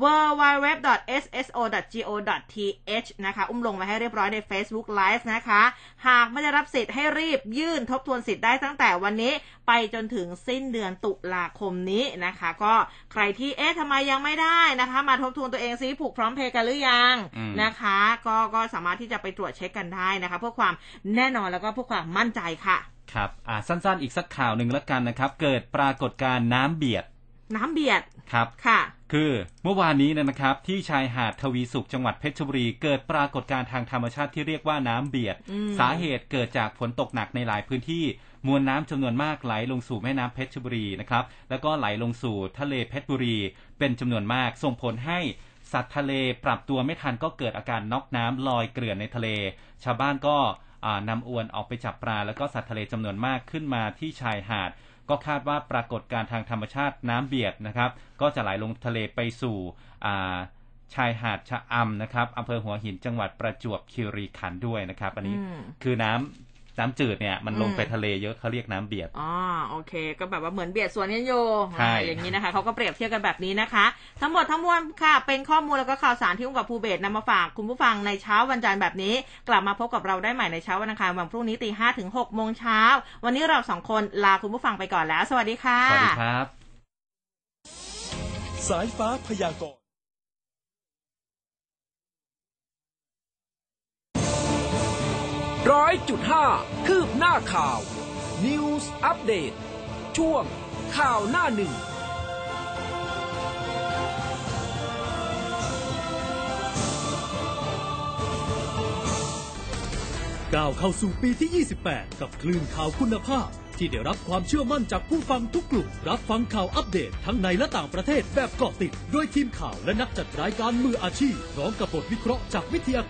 [SPEAKER 2] www.sso.go.th นะคะลงมาให้เรียบร้อยใน Facebook Live นะคะหากไม่ได้รับสิทธิ์ให้รีบยื่นทบทวนสิทธิ์ได้ตั้งแต่วันนี้ไปจนถึงสิ้นเดือนตุลาคมนี้นะคะก็ใครที่ทำไมยังไม่ได้นะคะมาทบทวนตัวเองซิผูกพร้อมเพย์กันหรือยังนะคะก็สามารถที่จะไปตรวจเช็คกันได้นะคะเพื่อความแน่นอนแล้วก็เพื่อความมั่นใจค่ะ
[SPEAKER 3] ครับสั้นๆอีกสักข่าวหนึ่งแล้วกันนะครับเกิดปรากฏการณ์น้ำเบียดครับ
[SPEAKER 2] ค่ะ
[SPEAKER 3] คือเมื่อวานนี้นะครับที่ชายหาดทวีสุขจังหวัดเพชรบุรีเกิดปรากฏการณ์ทางธรรมชาติที่เรียกว่าน้ำเบียดสาเหตุเกิดจากฝนตกหนักในหลายพื้นที่มวลน้ำจำนวนมากไหลลงสู่แม่น้ำเพชรบุรีนะครับแล้วก็ไหลลงสู่ทะเลเพชรบุรีเป็นจำนวนมากส่งผลให้สัตว์ทะเลปรับตัวไม่ทันก็เกิดอาการน็อกน้ำลอยเกลื่อนในทะเลชาวบ้านก็นำอวนออกไปจับปลาแล้วก็สัตว์ทะเลจำนวนมากขึ้นมาที่ชายหาดก็คาดว่าปรากฏการณ์ทางธรรมชาติน้ำเบียดนะครับก็จะไหลลงทะเลไปสู่ชายหาดชะอำนะครับอำเภอหัวหินจังหวัดประจวบคีรีขันธ์ด้วยนะครับอันนี้คือน้น้ำจืดเนี่ยมันลงไปทะเลเยอะเขาเรียกน้ำเบียด
[SPEAKER 2] อ๋อโอเคก็แบบว่าเหมือนเบียดสวนกันอยู่อย่างนี้นะคะเขาก็เปรียบเทียบกันแบบนี้นะคะทั้งหมดทั้งมวลค่ะเป็นข้อมูลแล้วก็ข่าวสารที่อุ้มกับภูเบศนำมาฝากคุณผู้ฟังในเช้าวันจันทร์แบบนี้กลับมาพบกับเราได้ใหม่ในเช้าวันอังคารวันพรุ่งนี้ 5:00 ถึง 6:00 น.วันนี้เรา2คนลาคุณผู้ฟังไปก่อนแล้วสวัสดีค่ะ
[SPEAKER 3] สวัสดีครับ
[SPEAKER 6] สายฟ้าพยากรณ์
[SPEAKER 1] 100.5 คืบหน้าข่าว News Update ช่วงข่าวหน้าหนึ่ง
[SPEAKER 5] ก้าวเข้าสู่ปีที่ 28 กับคลื่นข่าวคุณภาพที่ได้รับความเชื่อมั่นจากผู้ฟังทุกกลุ่มรับฟังข่าวอัปเดตทั้งในและต่างประเทศแบบเกาะติดโดยทีมข่าวและนักจัดรายการมืออาชีพพร้อมกับบทวิเคราะห์จากวิทยาก